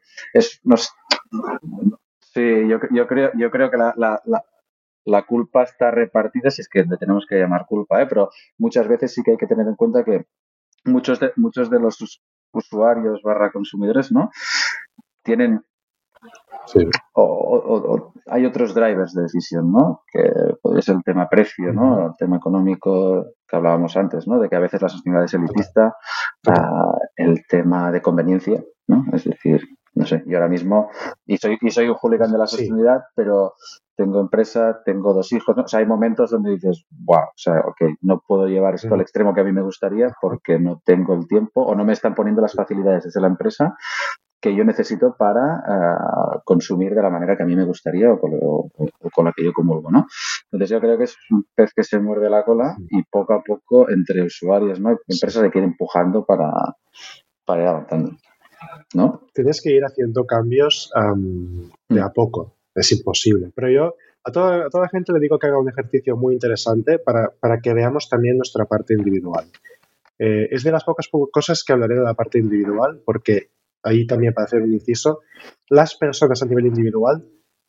Sí, yo creo que la culpa está repartida, si es que le tenemos que llamar culpa, pero muchas veces sí que hay que tener en cuenta que muchos de los usuarios / consumidores, ¿no? Tienen Sí. o hay otros drivers de decisión, ¿no? Que podría ser el tema precio, ¿no? El tema económico que hablábamos antes, ¿no? De que a veces la sostenibilidad es elitista, el tema de conveniencia, ¿no? Es decir, no sé, yo ahora mismo, y soy un hooligan de la sostenibilidad, pero tengo empresa, tengo 2 hijos, ¿no? O sea, hay momentos donde dices, wow, o sea, ok, no puedo llevar esto al extremo que a mí me gustaría porque no tengo el tiempo o no me están poniendo las facilidades desde la empresa que yo necesito para consumir de la manera que a mí me gustaría o con la que yo comulgo, ¿no? Entonces yo creo que es un pez que se muerde la cola y poco a poco entre usuarios, ¿no? Empresas se quieren empujando para ir avanzando, ¿no? Tienes que ir haciendo cambios de a poco, es imposible. Pero yo a toda la gente le digo que haga un ejercicio muy interesante para que veamos también nuestra parte individual. Es de las pocas cosas que hablaré de la parte individual, porque ahí también, para hacer un inciso, las personas a nivel individual,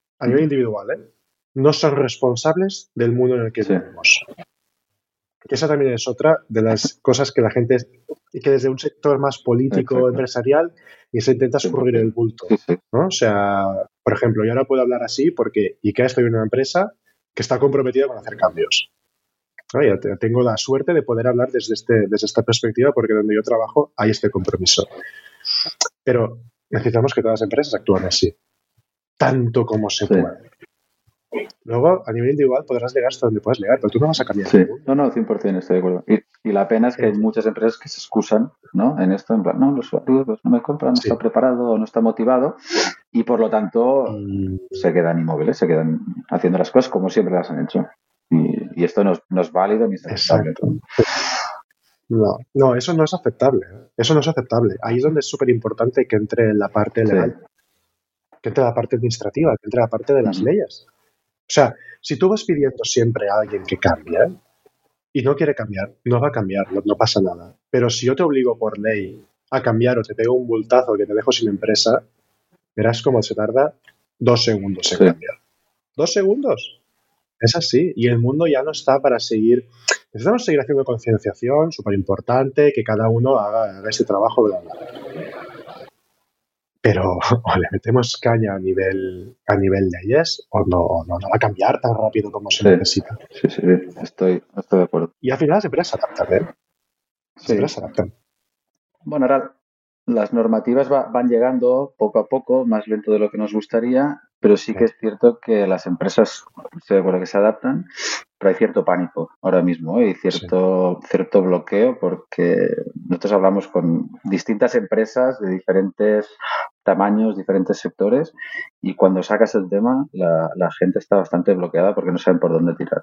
no son responsables del mundo en el que vivimos. Esa también es otra de las cosas que la gente, que desde un sector más político, empresarial, y se intenta escurrir el bulto, ¿no? O sea, por ejemplo, yo ahora puedo hablar así porque IKEA estoy en una empresa que está comprometida con hacer cambios. ¿No? Tengo la suerte de poder hablar desde esta perspectiva porque donde yo trabajo hay este compromiso. Pero necesitamos que todas las empresas actúen así, tanto como se pueda. Luego, a nivel individual, podrás llegar hasta donde puedas llegar, pero tú no vas a cambiar. Sí, no, 100% estoy de acuerdo. Y la pena es que hay muchas empresas que se excusan, ¿no? En esto, en plan, no, los usuarios pues, no me compran, no está preparado o no está motivado y por lo tanto se quedan inmóviles, se quedan haciendo las cosas como siempre las han hecho. Y esto no es válido ni es aceptable. No, eso no es aceptable. Eso no es aceptable. Ahí es donde es súper importante que entre la parte legal, que entre la parte administrativa, que entre la parte de las leyes. O sea, si tú vas pidiendo siempre a alguien que cambie y no quiere cambiar, no va a cambiar, no pasa nada. Pero si yo te obligo por ley a cambiar o te pego un multazo que te dejo sin empresa, verás cómo se tarda 2 segundos en cambiar. 2 segundos. Es así. Y el mundo ya no está para seguir. Necesitamos seguir haciendo concienciación, súper importante, que cada uno haga ese trabajo, bla, bla. Pero o le metemos caña a nivel leyes o no va a cambiar tan rápido como se necesita. Sí, estoy de acuerdo. Y al final las empresas se adaptan, Las empresas se adaptan. Bueno, ahora las normativas van llegando poco a poco, más lento de lo que nos gustaría, pero sí que es cierto que las empresas, estoy de acuerdo que se adaptan, pero hay cierto pánico ahora mismo y cierto bloqueo porque nosotros hablamos con distintas empresas de diferentes tamaños, diferentes sectores y cuando sacas el tema la gente está bastante bloqueada porque no saben por dónde tirar.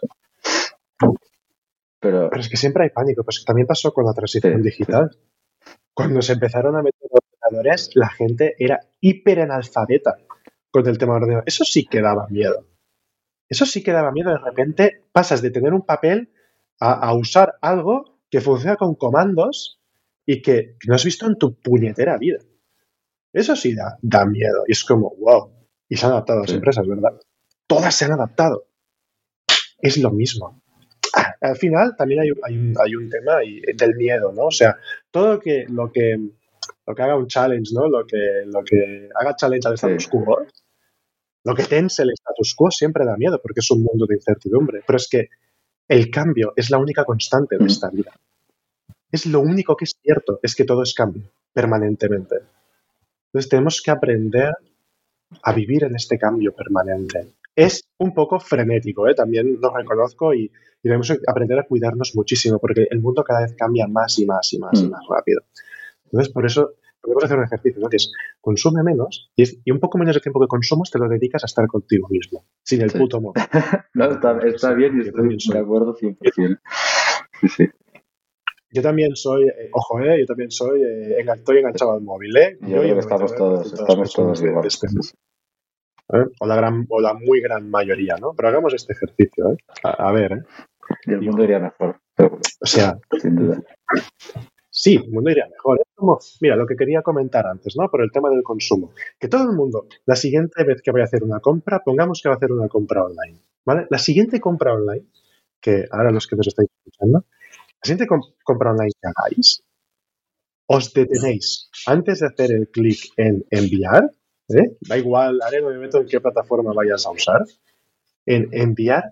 Pero es que siempre hay pánico, pues también pasó con la transición digital. Cuando se empezaron a meter ordenadores, la gente era hiperanalfabeta con el tema de ordenador. Eso sí que daba miedo. De repente pasas de tener un papel a usar algo que funciona con comandos y que no has visto en tu puñetera vida. Eso sí da miedo. Y es como, wow. Y se han adaptado las empresas, ¿verdad? Todas se han adaptado. Es lo mismo. Al final también hay un tema del miedo, ¿no? O sea, todo lo que haga un challenge, ¿no? Lo que haga challenge al status quo, lo que tense el status quo siempre da miedo porque es un mundo de incertidumbre. Pero es que el cambio es la única constante de esta vida. Es lo único que es cierto, es que todo es cambio, permanentemente. Entonces tenemos que aprender a vivir en este cambio permanente. Es un poco frenético, también lo reconozco y debemos aprender a cuidarnos muchísimo porque el mundo cada vez cambia más y más y más y más rápido. Entonces, por eso podemos hacer un ejercicio, ¿no? Que es consume menos y un poco menos de tiempo que consumas te lo dedicas a estar contigo mismo, sin el puto móvil. No, está bien y estoy de acuerdo 100%. Sí. Yo también soy, yo también soy, estoy enganchado al móvil, ¿eh? Yo creo que estamos todos igual. O la muy gran mayoría, ¿no? Pero hagamos este ejercicio, ¿eh? A ver, ¿eh? Y el mundo iría mejor. O sea, sin duda. Sí, el mundo iría mejor. Es como, mira, lo que quería comentar antes, ¿no? Por el tema del consumo. Que todo el mundo, la siguiente vez que vaya a hacer una compra, pongamos que va a hacer una compra online, ¿vale? La siguiente compra online, que ahora los que nos estáis escuchando, la siguiente compra online que hagáis, os detenéis antes de hacer el clic en enviar, ¿eh? Da igual, haré el movimiento en qué plataforma vayas a usar, en enviar,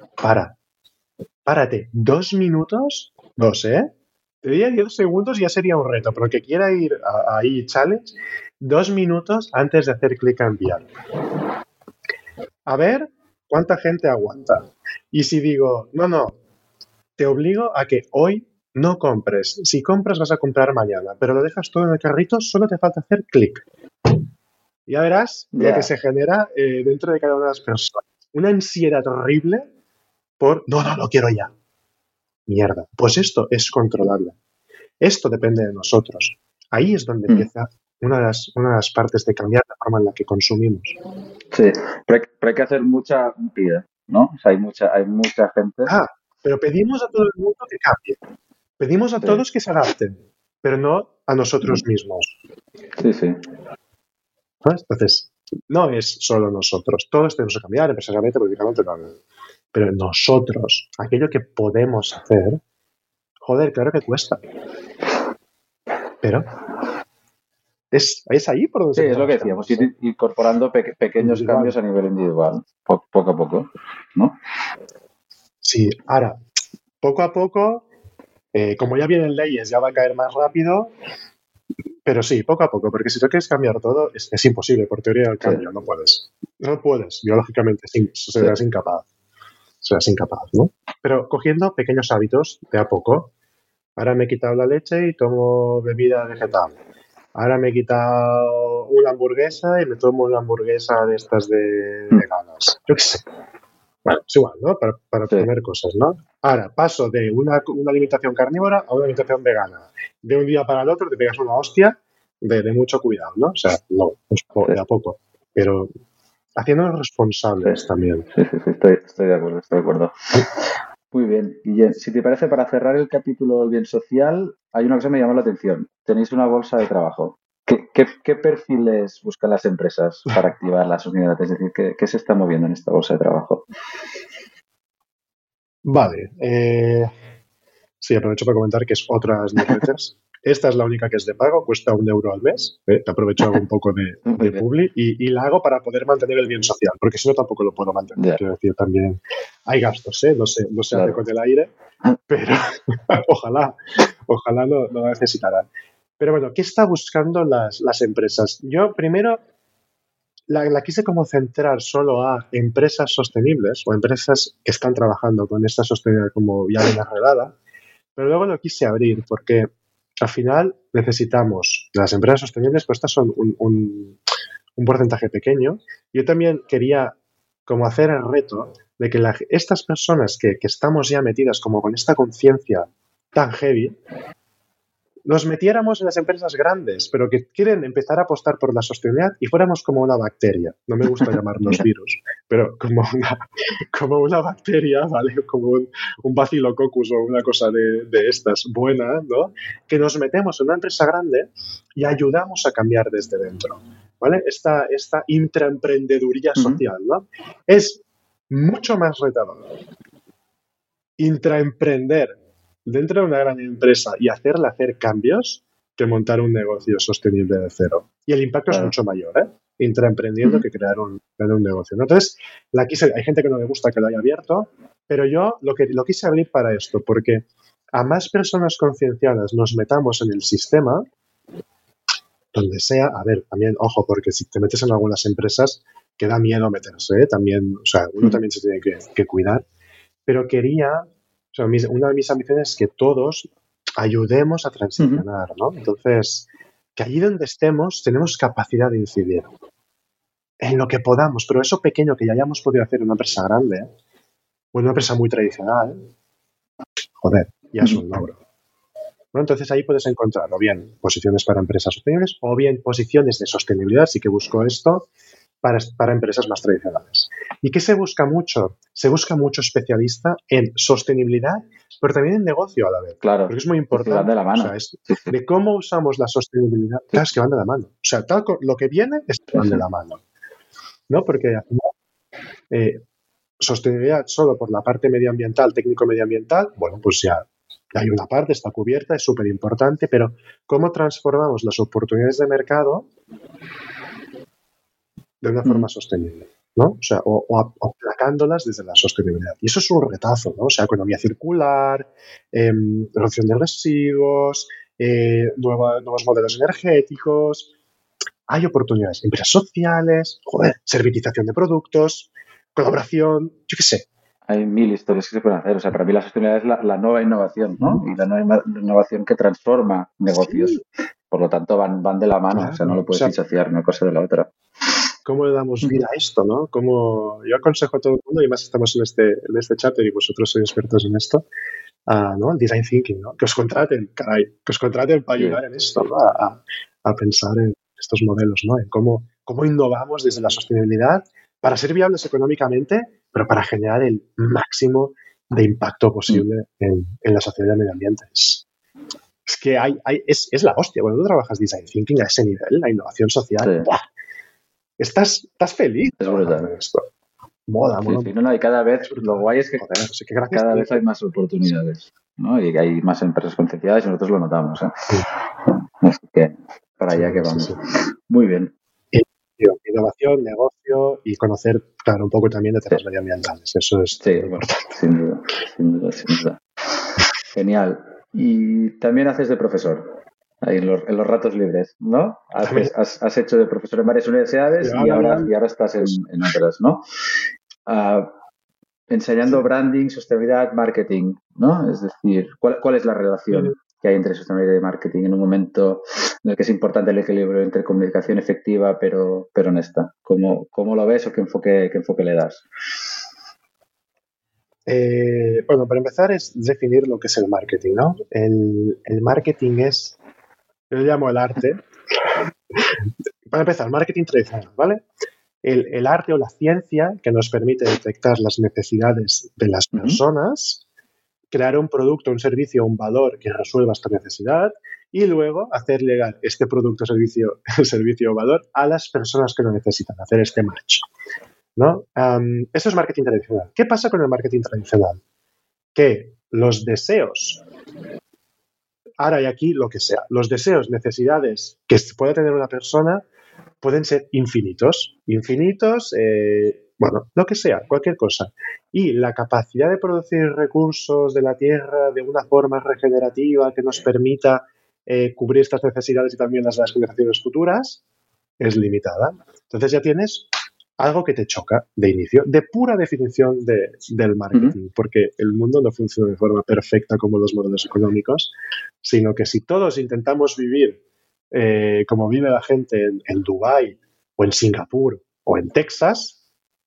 párate 2 minutos, te diría 10 segundos ya sería un reto, pero el que quiera ir ahí challenge, 2 minutos antes de hacer clic a enviar. A ver cuánta gente aguanta. Y si digo, no, te obligo a que hoy no compres. Si compras vas a comprar mañana, pero lo dejas todo en el carrito, solo te falta hacer clic. Ya verás lo que se genera dentro de cada una de las personas. Una ansiedad horrible por, no quiero ya. Mierda. Pues esto es controlable. Esto depende de nosotros. Ahí es donde empieza una de las partes de cambiar la forma en la que consumimos. Sí, pero hay que hacer mucha pida, ¿no? O sea, hay mucha gente. Pero pedimos a todo el mundo que cambie. Pedimos a todos que se adapten, pero no a nosotros mismos. Sí. ¿No? Entonces, no es solo nosotros. Todos tenemos que cambiar, empresarialmente, políticamente, pero nosotros, aquello que podemos hacer, joder, claro que cuesta. Pero es ahí por donde sí, es lo que decíamos, ir incorporando pequeños cambios a nivel individual, poco a poco, ¿no? Sí, ahora, poco a poco, como ya vienen leyes, ya va a caer más rápido, pero sí, poco a poco, porque si tú quieres cambiar todo, es imposible, por teoría del cambio, no puedes, biológicamente, serás incapaz. Serás incapaz, ¿no? Pero cogiendo pequeños hábitos de a poco. Ahora me he quitado la leche y tomo bebida vegetal. Ahora me he quitado una hamburguesa y me tomo una hamburguesa de estas de veganas. Yo qué sé. Bueno, es igual, ¿no? Para poner cosas, ¿no? Ahora paso de una alimentación carnívora a una alimentación vegana. De un día para el otro te pegas una hostia de mucho cuidado, ¿no? O sea, no, pues de a poco. Pero haciéndonos responsables también. Sí, estoy de acuerdo. Muy bien, Guillem. Si te parece, para cerrar el capítulo del bien social, hay una cosa que me llamó la atención. Tenéis una bolsa de trabajo. ¿Qué perfiles buscan las empresas para activar la sostenibilidad? Es decir, ¿qué se está moviendo en esta bolsa de trabajo? Vale. Sí, aprovecho para comentar que es otras newsletters. Esta es la única que es de pago, cuesta €1 al mes. Te aprovecho hago un poco de publi y la hago para poder mantener el bien social, porque si no tampoco lo puedo mantener. Quiero decir, también hay gastos, no se hace con el aire, pero ojalá no necesitarán. Pero bueno, ¿qué está buscando las empresas? Yo primero la quise como centrar solo a empresas sostenibles o empresas que están trabajando con esta sostenibilidad como ya bien arreglada, pero luego lo quise abrir porque al final necesitamos las empresas sostenibles, pues estas son un porcentaje pequeño. Yo también quería como hacer el reto de que estas personas que estamos ya metidas como con esta conciencia tan heavy, nos metiéramos en las empresas grandes, pero que quieren empezar a apostar por la sostenibilidad y fuéramos como una bacteria. No me gusta llamarnos virus, pero como una bacteria, ¿vale? Como un Bacillococus o una cosa de estas buena, ¿no? Que nos metemos en una empresa grande y ayudamos a cambiar desde dentro, ¿vale? Esta intraemprendeduría social, ¿no? Es mucho más retador intraemprender dentro de una gran empresa y hacer cambios que montar un negocio sostenible de cero. Y el impacto es mucho mayor, intraemprendiendo que crear un negocio, ¿no? Entonces, hay gente que no le gusta que lo haya abierto, pero yo lo quise abrir para esto, porque a más personas concienciadas nos metamos en el sistema, donde sea, a ver, también, ojo, porque si te metes en algunas empresas, que da miedo meterse, también, o sea, uno también se tiene que cuidar, pero una de mis ambiciones es que todos ayudemos a transicionar, ¿no? Entonces, que allí donde estemos tenemos capacidad de incidir en lo que podamos, pero eso pequeño que ya hayamos podido hacer en una empresa grande o en una empresa muy tradicional, joder, ya es un logro. ¿No? Entonces ahí puedes encontrar o bien posiciones para empresas sostenibles o bien posiciones de sostenibilidad, sí que busco esto, para empresas más tradicionales. ¿Y qué se busca mucho? Se busca mucho especialista en sostenibilidad, pero también en negocio a la vez. Claro. Porque es muy importante. Van de la mano. O sea, de cómo usamos la sostenibilidad. Claro, es que van de la mano. O sea, lo que viene es que van de la mano. ¿No? Porque al final, sostenibilidad solo por la parte medioambiental, técnico-medioambiental, bueno, pues ya hay una parte, está cubierta, es súper importante, pero ¿cómo transformamos las oportunidades de mercado de una forma sostenible? ¿No? O sea, o aplacándolas desde la sostenibilidad. Y eso es un retazo, ¿no? O sea, economía circular, reducción de residuos, nuevos modelos energéticos. Hay oportunidades. Empresas sociales, servitización de productos, colaboración, yo qué sé. Hay mil historias que se pueden hacer. O sea, para mí la sostenibilidad es la nueva innovación, ¿no? Y la nueva innovación que transforma negocios. Sí. Por lo tanto, van de la mano. Claro. O sea, no lo puedes disociar una cosa de la otra. ¿Cómo le damos vida a esto, no? Yo aconsejo a todo el mundo, y más estamos en este chapter y vosotros sois expertos en esto, ¿no? El design thinking, ¿no? Que os contraten, caray, que os contraten para ayudar en esto, ¿no? A pensar en estos modelos, ¿no? En cómo innovamos desde la sostenibilidad para ser viables económicamente, pero para generar el máximo de impacto posible en la sociedad y el medio ambiente. Es que es la hostia. Cuando tú trabajas design thinking a ese nivel, la innovación social, ¡buah! Estás feliz. Es brutal. Esto. Moda. Sí, no, y cada vez, lo guay es que cada vez hay más oportunidades, ¿no? Y hay más empresas concienciadas y nosotros lo notamos, ¿eh? Sí. Así que para allá que vamos. Sí. Muy bien. Innovación, negocio y conocer, claro, un poco también de temas medioambientales. Eso es importante. Sin duda. Genial. Y también haces de profesor. Ahí en los ratos libres, ¿no? Has hecho de profesor en varias universidades y ahora estás en otras, ¿no? Enseñando branding, sostenibilidad, marketing, ¿no? Es decir, ¿cuál es la relación que hay entre sostenibilidad y marketing en un momento en el que es importante el equilibrio entre comunicación efectiva pero honesta? ¿Cómo lo ves o qué enfoque le das? Bueno, para empezar es definir lo que es el marketing, ¿no? El marketing es... Yo lo llamo el arte. Para empezar, marketing tradicional, ¿vale? El arte o la ciencia que nos permite detectar las necesidades de las personas, crear un producto, un servicio, un valor que resuelva esta necesidad y luego hacer llegar este producto, servicio o valor a las personas que lo necesitan, hacer este match, ¿no? Eso es marketing tradicional. ¿Qué pasa con el marketing tradicional? Que los deseos... Ahora y aquí lo que sea. Los deseos, necesidades que pueda tener una persona pueden ser infinitos. Bueno, lo que sea, cualquier cosa. Y la capacidad de producir recursos de la tierra de una forma regenerativa que nos permita cubrir estas necesidades y también las de las generaciones futuras es limitada. Entonces ya tienes algo que te choca de inicio, de pura definición del marketing, porque el mundo no funciona de forma perfecta como los modelos económicos, sino que si todos intentamos vivir como vive la gente en Dubái o en Singapur o en Texas,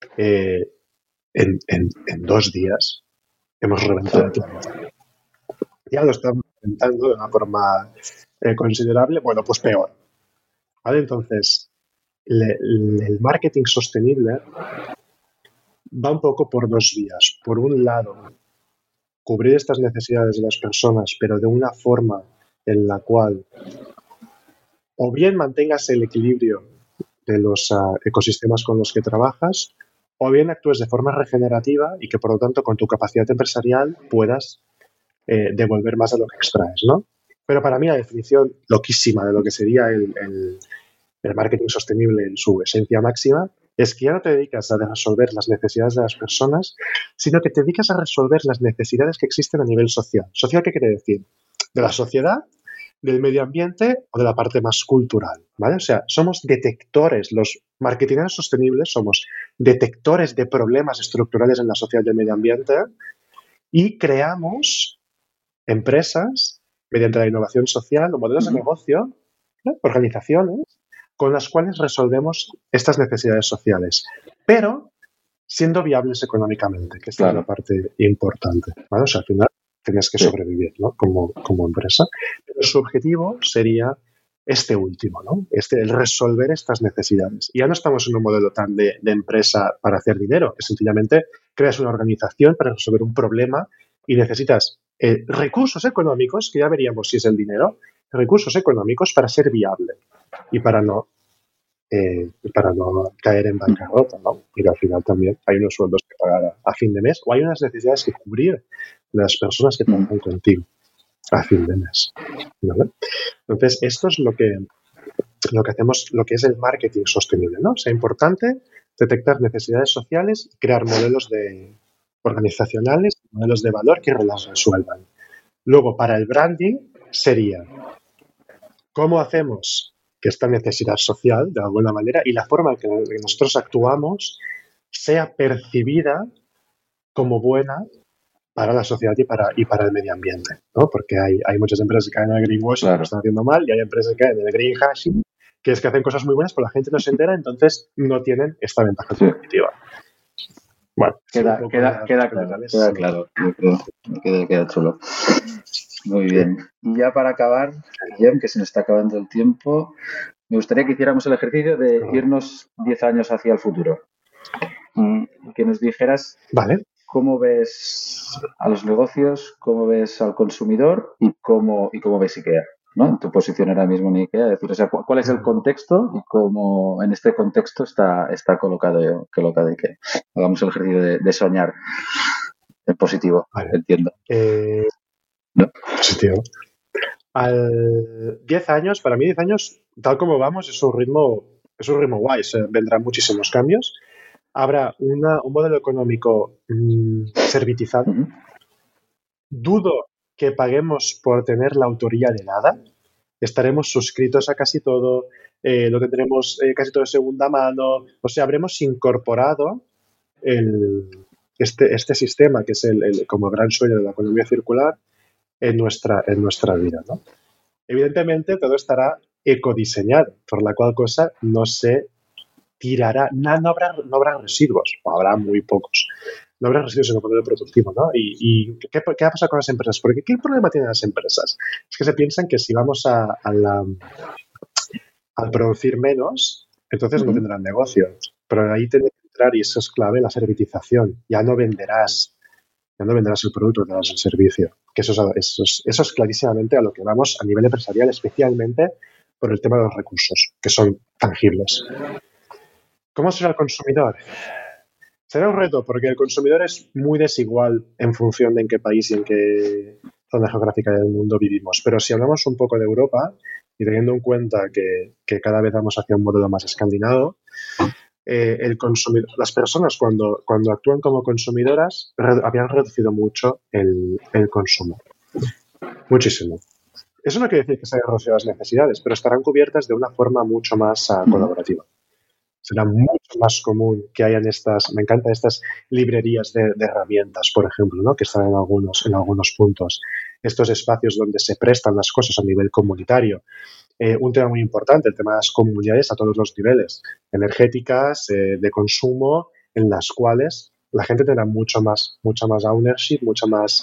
en 2 días hemos reventado el planeta. Ya lo estamos reventando de una forma considerable, bueno, pues peor. ¿Vale? Entonces, el marketing sostenible va un poco por 2 vías. Por un lado, cubrir estas necesidades de las personas, pero de una forma en la cual o bien mantengas el equilibrio de los ecosistemas con los que trabajas, o bien actúes de forma regenerativa y que, por lo tanto, con tu capacidad empresarial puedas devolver más de lo que extraes, ¿no? Pero para mí la definición loquísima de lo que sería el marketing sostenible en su esencia máxima es que ya no te dedicas a resolver las necesidades de las personas, sino que te dedicas a resolver las necesidades que existen a nivel social. ¿Social qué quiere decir? De la sociedad, del medio ambiente o de la parte más cultural, ¿vale? O sea, somos detectores, los marketingeros sostenibles somos detectores de problemas estructurales en la sociedad y el medio ambiente y creamos empresas mediante la innovación social o modelos de negocio organizaciones con las cuales resolvemos estas necesidades sociales, pero siendo viables económicamente, que esta es la parte importante, ¿vale? O sea, al final tienes que sobrevivir, ¿no? Como empresa. Pero su objetivo sería este último, ¿no? El resolver estas necesidades. Y ya no estamos en un modelo tan de empresa para hacer dinero, que sencillamente creas una organización para resolver un problema y necesitas recursos económicos, que ya veríamos si es el dinero, recursos económicos para ser viable y para no caer en bancarrota, ¿no? Porque al final también hay unos sueldos que pagar a fin de mes o hay unas necesidades que cubrir de las personas que trabajan contigo a fin de mes, ¿vale? Entonces, esto es lo que hacemos, lo que es el marketing sostenible, ¿no? O sea, importante detectar necesidades sociales y crear modelos organizacionales, modelos de valor que las resuelvan. Luego, para el branding sería cómo hacemos que esta necesidad social, de alguna manera, y la forma en que nosotros actuamos sea percibida como buena para la sociedad y para el medio ambiente, ¿no? Porque hay muchas empresas que caen en el greenwashing, que lo están haciendo mal, y hay empresas que caen en el greenhashing, que es que hacen cosas muy buenas, pero la gente no se entera, entonces no tienen esta ventaja competitiva. Bueno, queda claro, yo creo. Queda chulo. Muy bien. Y ya para acabar, Guillem, que se nos está acabando el tiempo, me gustaría que hiciéramos el ejercicio de irnos 10 años hacia el futuro. Que nos dijeras cómo ves a los negocios, cómo ves al consumidor y cómo ves IKEA, ¿no? En tu posición ahora mismo en IKEA, decir, o sea, cuál es el contexto y cómo en este contexto está colocado IKEA. Hagamos el ejercicio de soñar en positivo, entiendo. ¿No? Positivo. Al 10 años, para mí 10 años, tal como vamos, es un ritmo guay. Vendrán muchísimos cambios. Habrá un modelo económico servitizado. Dudo que paguemos por tener la autoría de nada. Estaremos suscritos a casi todo, lo tendremos casi todo de segunda mano. O sea, habremos incorporado este sistema, que es como gran sueño de la economía circular, en nuestra vida, ¿no? Evidentemente, todo estará ecodiseñado, por la cual cosa no se tirará, no habrá residuos, o habrá muy pocos. No habrá residuos en el modelo productivo, ¿no? ¿Y qué va a pasar con las empresas? Porque ¿qué problema tienen las empresas? Es que se piensan que si vamos al producir menos, entonces no tendrán negocio. Pero ahí tiene que entrar, y eso es clave, la servitización. Ya no venderás el producto, venderás el servicio. Que eso es clarísimamente a lo que vamos a nivel empresarial, especialmente por el tema de los recursos, que son tangibles. ¿Cómo será el consumidor? Será un reto, porque el consumidor es muy desigual en función de en qué país y en qué zona geográfica del mundo vivimos. Pero si hablamos un poco de Europa, y teniendo en cuenta que cada vez vamos hacia un modelo más escandinavo, el consumidor, las personas cuando actúan como consumidoras habían reducido mucho el consumo. Muchísimo. Eso no quiere decir que se hayan reducido las necesidades, pero estarán cubiertas de una forma mucho más colaborativa. Será mucho más común que hayan me encantan estas librerías de herramientas, por ejemplo, ¿no? Que están en algunos puntos. Estos espacios donde se prestan las cosas a nivel comunitario. Un tema muy importante, el tema de las comunidades a todos los niveles, energéticas, de consumo, en las cuales la gente tendrá mucha más ownership, mucha más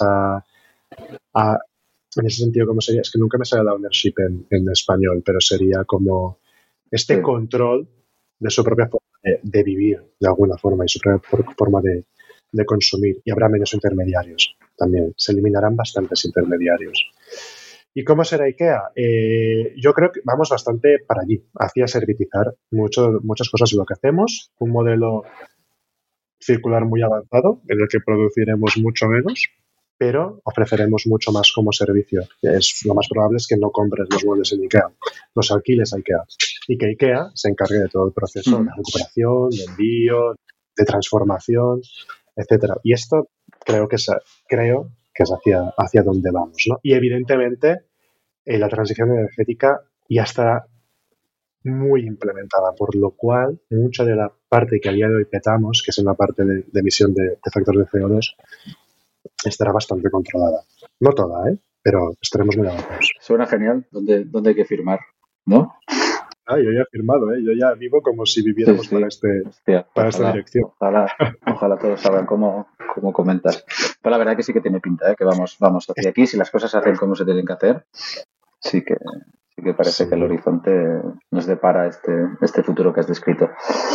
en ese sentido, ¿cómo sería? Es que nunca me sale la ownership en español, pero sería como control de su propia forma de vivir, de alguna forma, y su propia forma de consumir. Y habrá menos intermediarios también. Se eliminarán bastantes intermediarios. ¿Y cómo será IKEA? Yo creo que vamos bastante para allí, hacia servitizar muchas cosas de lo que hacemos. Un modelo circular muy avanzado, en el que produciremos mucho menos, pero ofreceremos mucho más como servicio. Lo más probable es que no compres los muebles en IKEA, los alquiles a IKEA, y que IKEA se encargue de todo el proceso de recuperación, de envío, de transformación, etcétera. Y esto creo que es hacia donde vamos, ¿no? Y evidentemente la transición energética ya está muy implementada, por lo cual mucha de la parte que a día de hoy petamos, que es en la parte de emisión de factores de CO2, estará bastante controlada. No toda, pero estaremos muy avanzados. Suena genial. ¿Dónde hay que firmar? ¿no? Yo ya he firmado, yo ya vivo como si viviéramos Sí. para Hostia, esta dirección. Ojalá todos sabrán cómo comentas. Pero la verdad que sí que tiene pinta, que vamos hacia aquí. Si las cosas se hacen como se tienen que hacer, sí que parece que el horizonte nos depara este futuro que has descrito.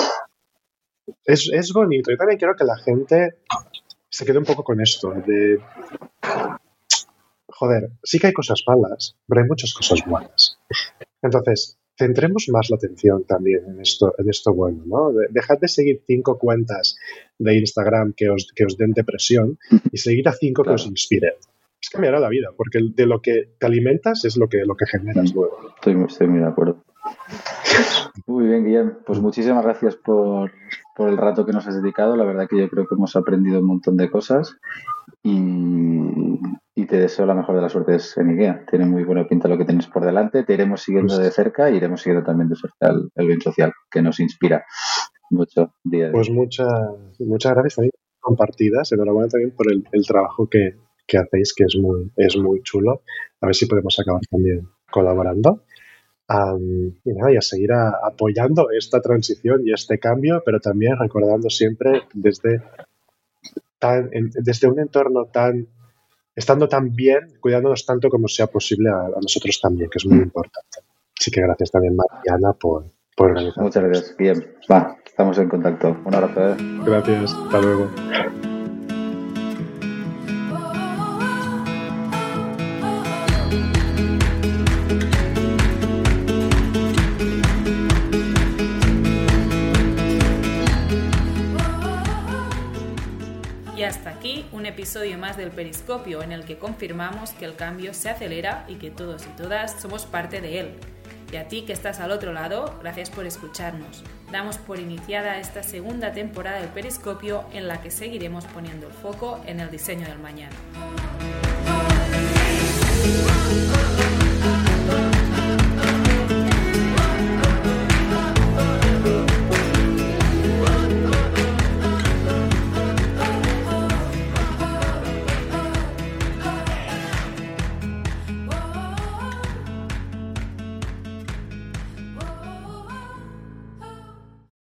Es bonito. Yo también quiero que la gente se quede un poco con esto de... Joder, sí que hay cosas malas, pero hay muchas cosas buenas. Entonces, centremos más la atención también en esto bueno, ¿no? Dejad de seguir 5 cuentas de Instagram que os den depresión y seguir a 5 que os inspiren. Es cambiará la vida, porque de lo que te alimentas es lo que generas luego. Estoy muy de acuerdo. Muy bien, Guillem. Pues muchísimas gracias por el rato que nos has dedicado. La verdad que yo creo que hemos aprendido un montón de cosas y te deseo la mejor de las suertes en IKEA. Tiene muy buena pinta lo que tienes por delante. Te iremos siguiendo de cerca y iremos siguiendo también de cerca el bien social, que nos inspira mucho día a día. Pues muchas gracias también compartidas. Enhorabuena también por el trabajo que hacéis, que es muy chulo. A ver si podemos acabar también colaborando. Y a seguir apoyando esta transición y este cambio, pero también recordando siempre desde un entorno estando tan bien, cuidándonos tanto como sea posible a nosotros también, que es muy importante. Así que gracias también, Mariana, por organizar. Muchas gracias. Bien, estamos en contacto. Un abrazo. Gracias, hasta luego. Y hasta aquí un episodio más del Periscopio, en el que confirmamos que el cambio se acelera y que todos y todas somos parte de él. Y a ti que estás al otro lado, gracias por escucharnos. Damos por iniciada esta segunda temporada del Periscopio, en la que seguiremos poniendo el foco en el diseño del mañana.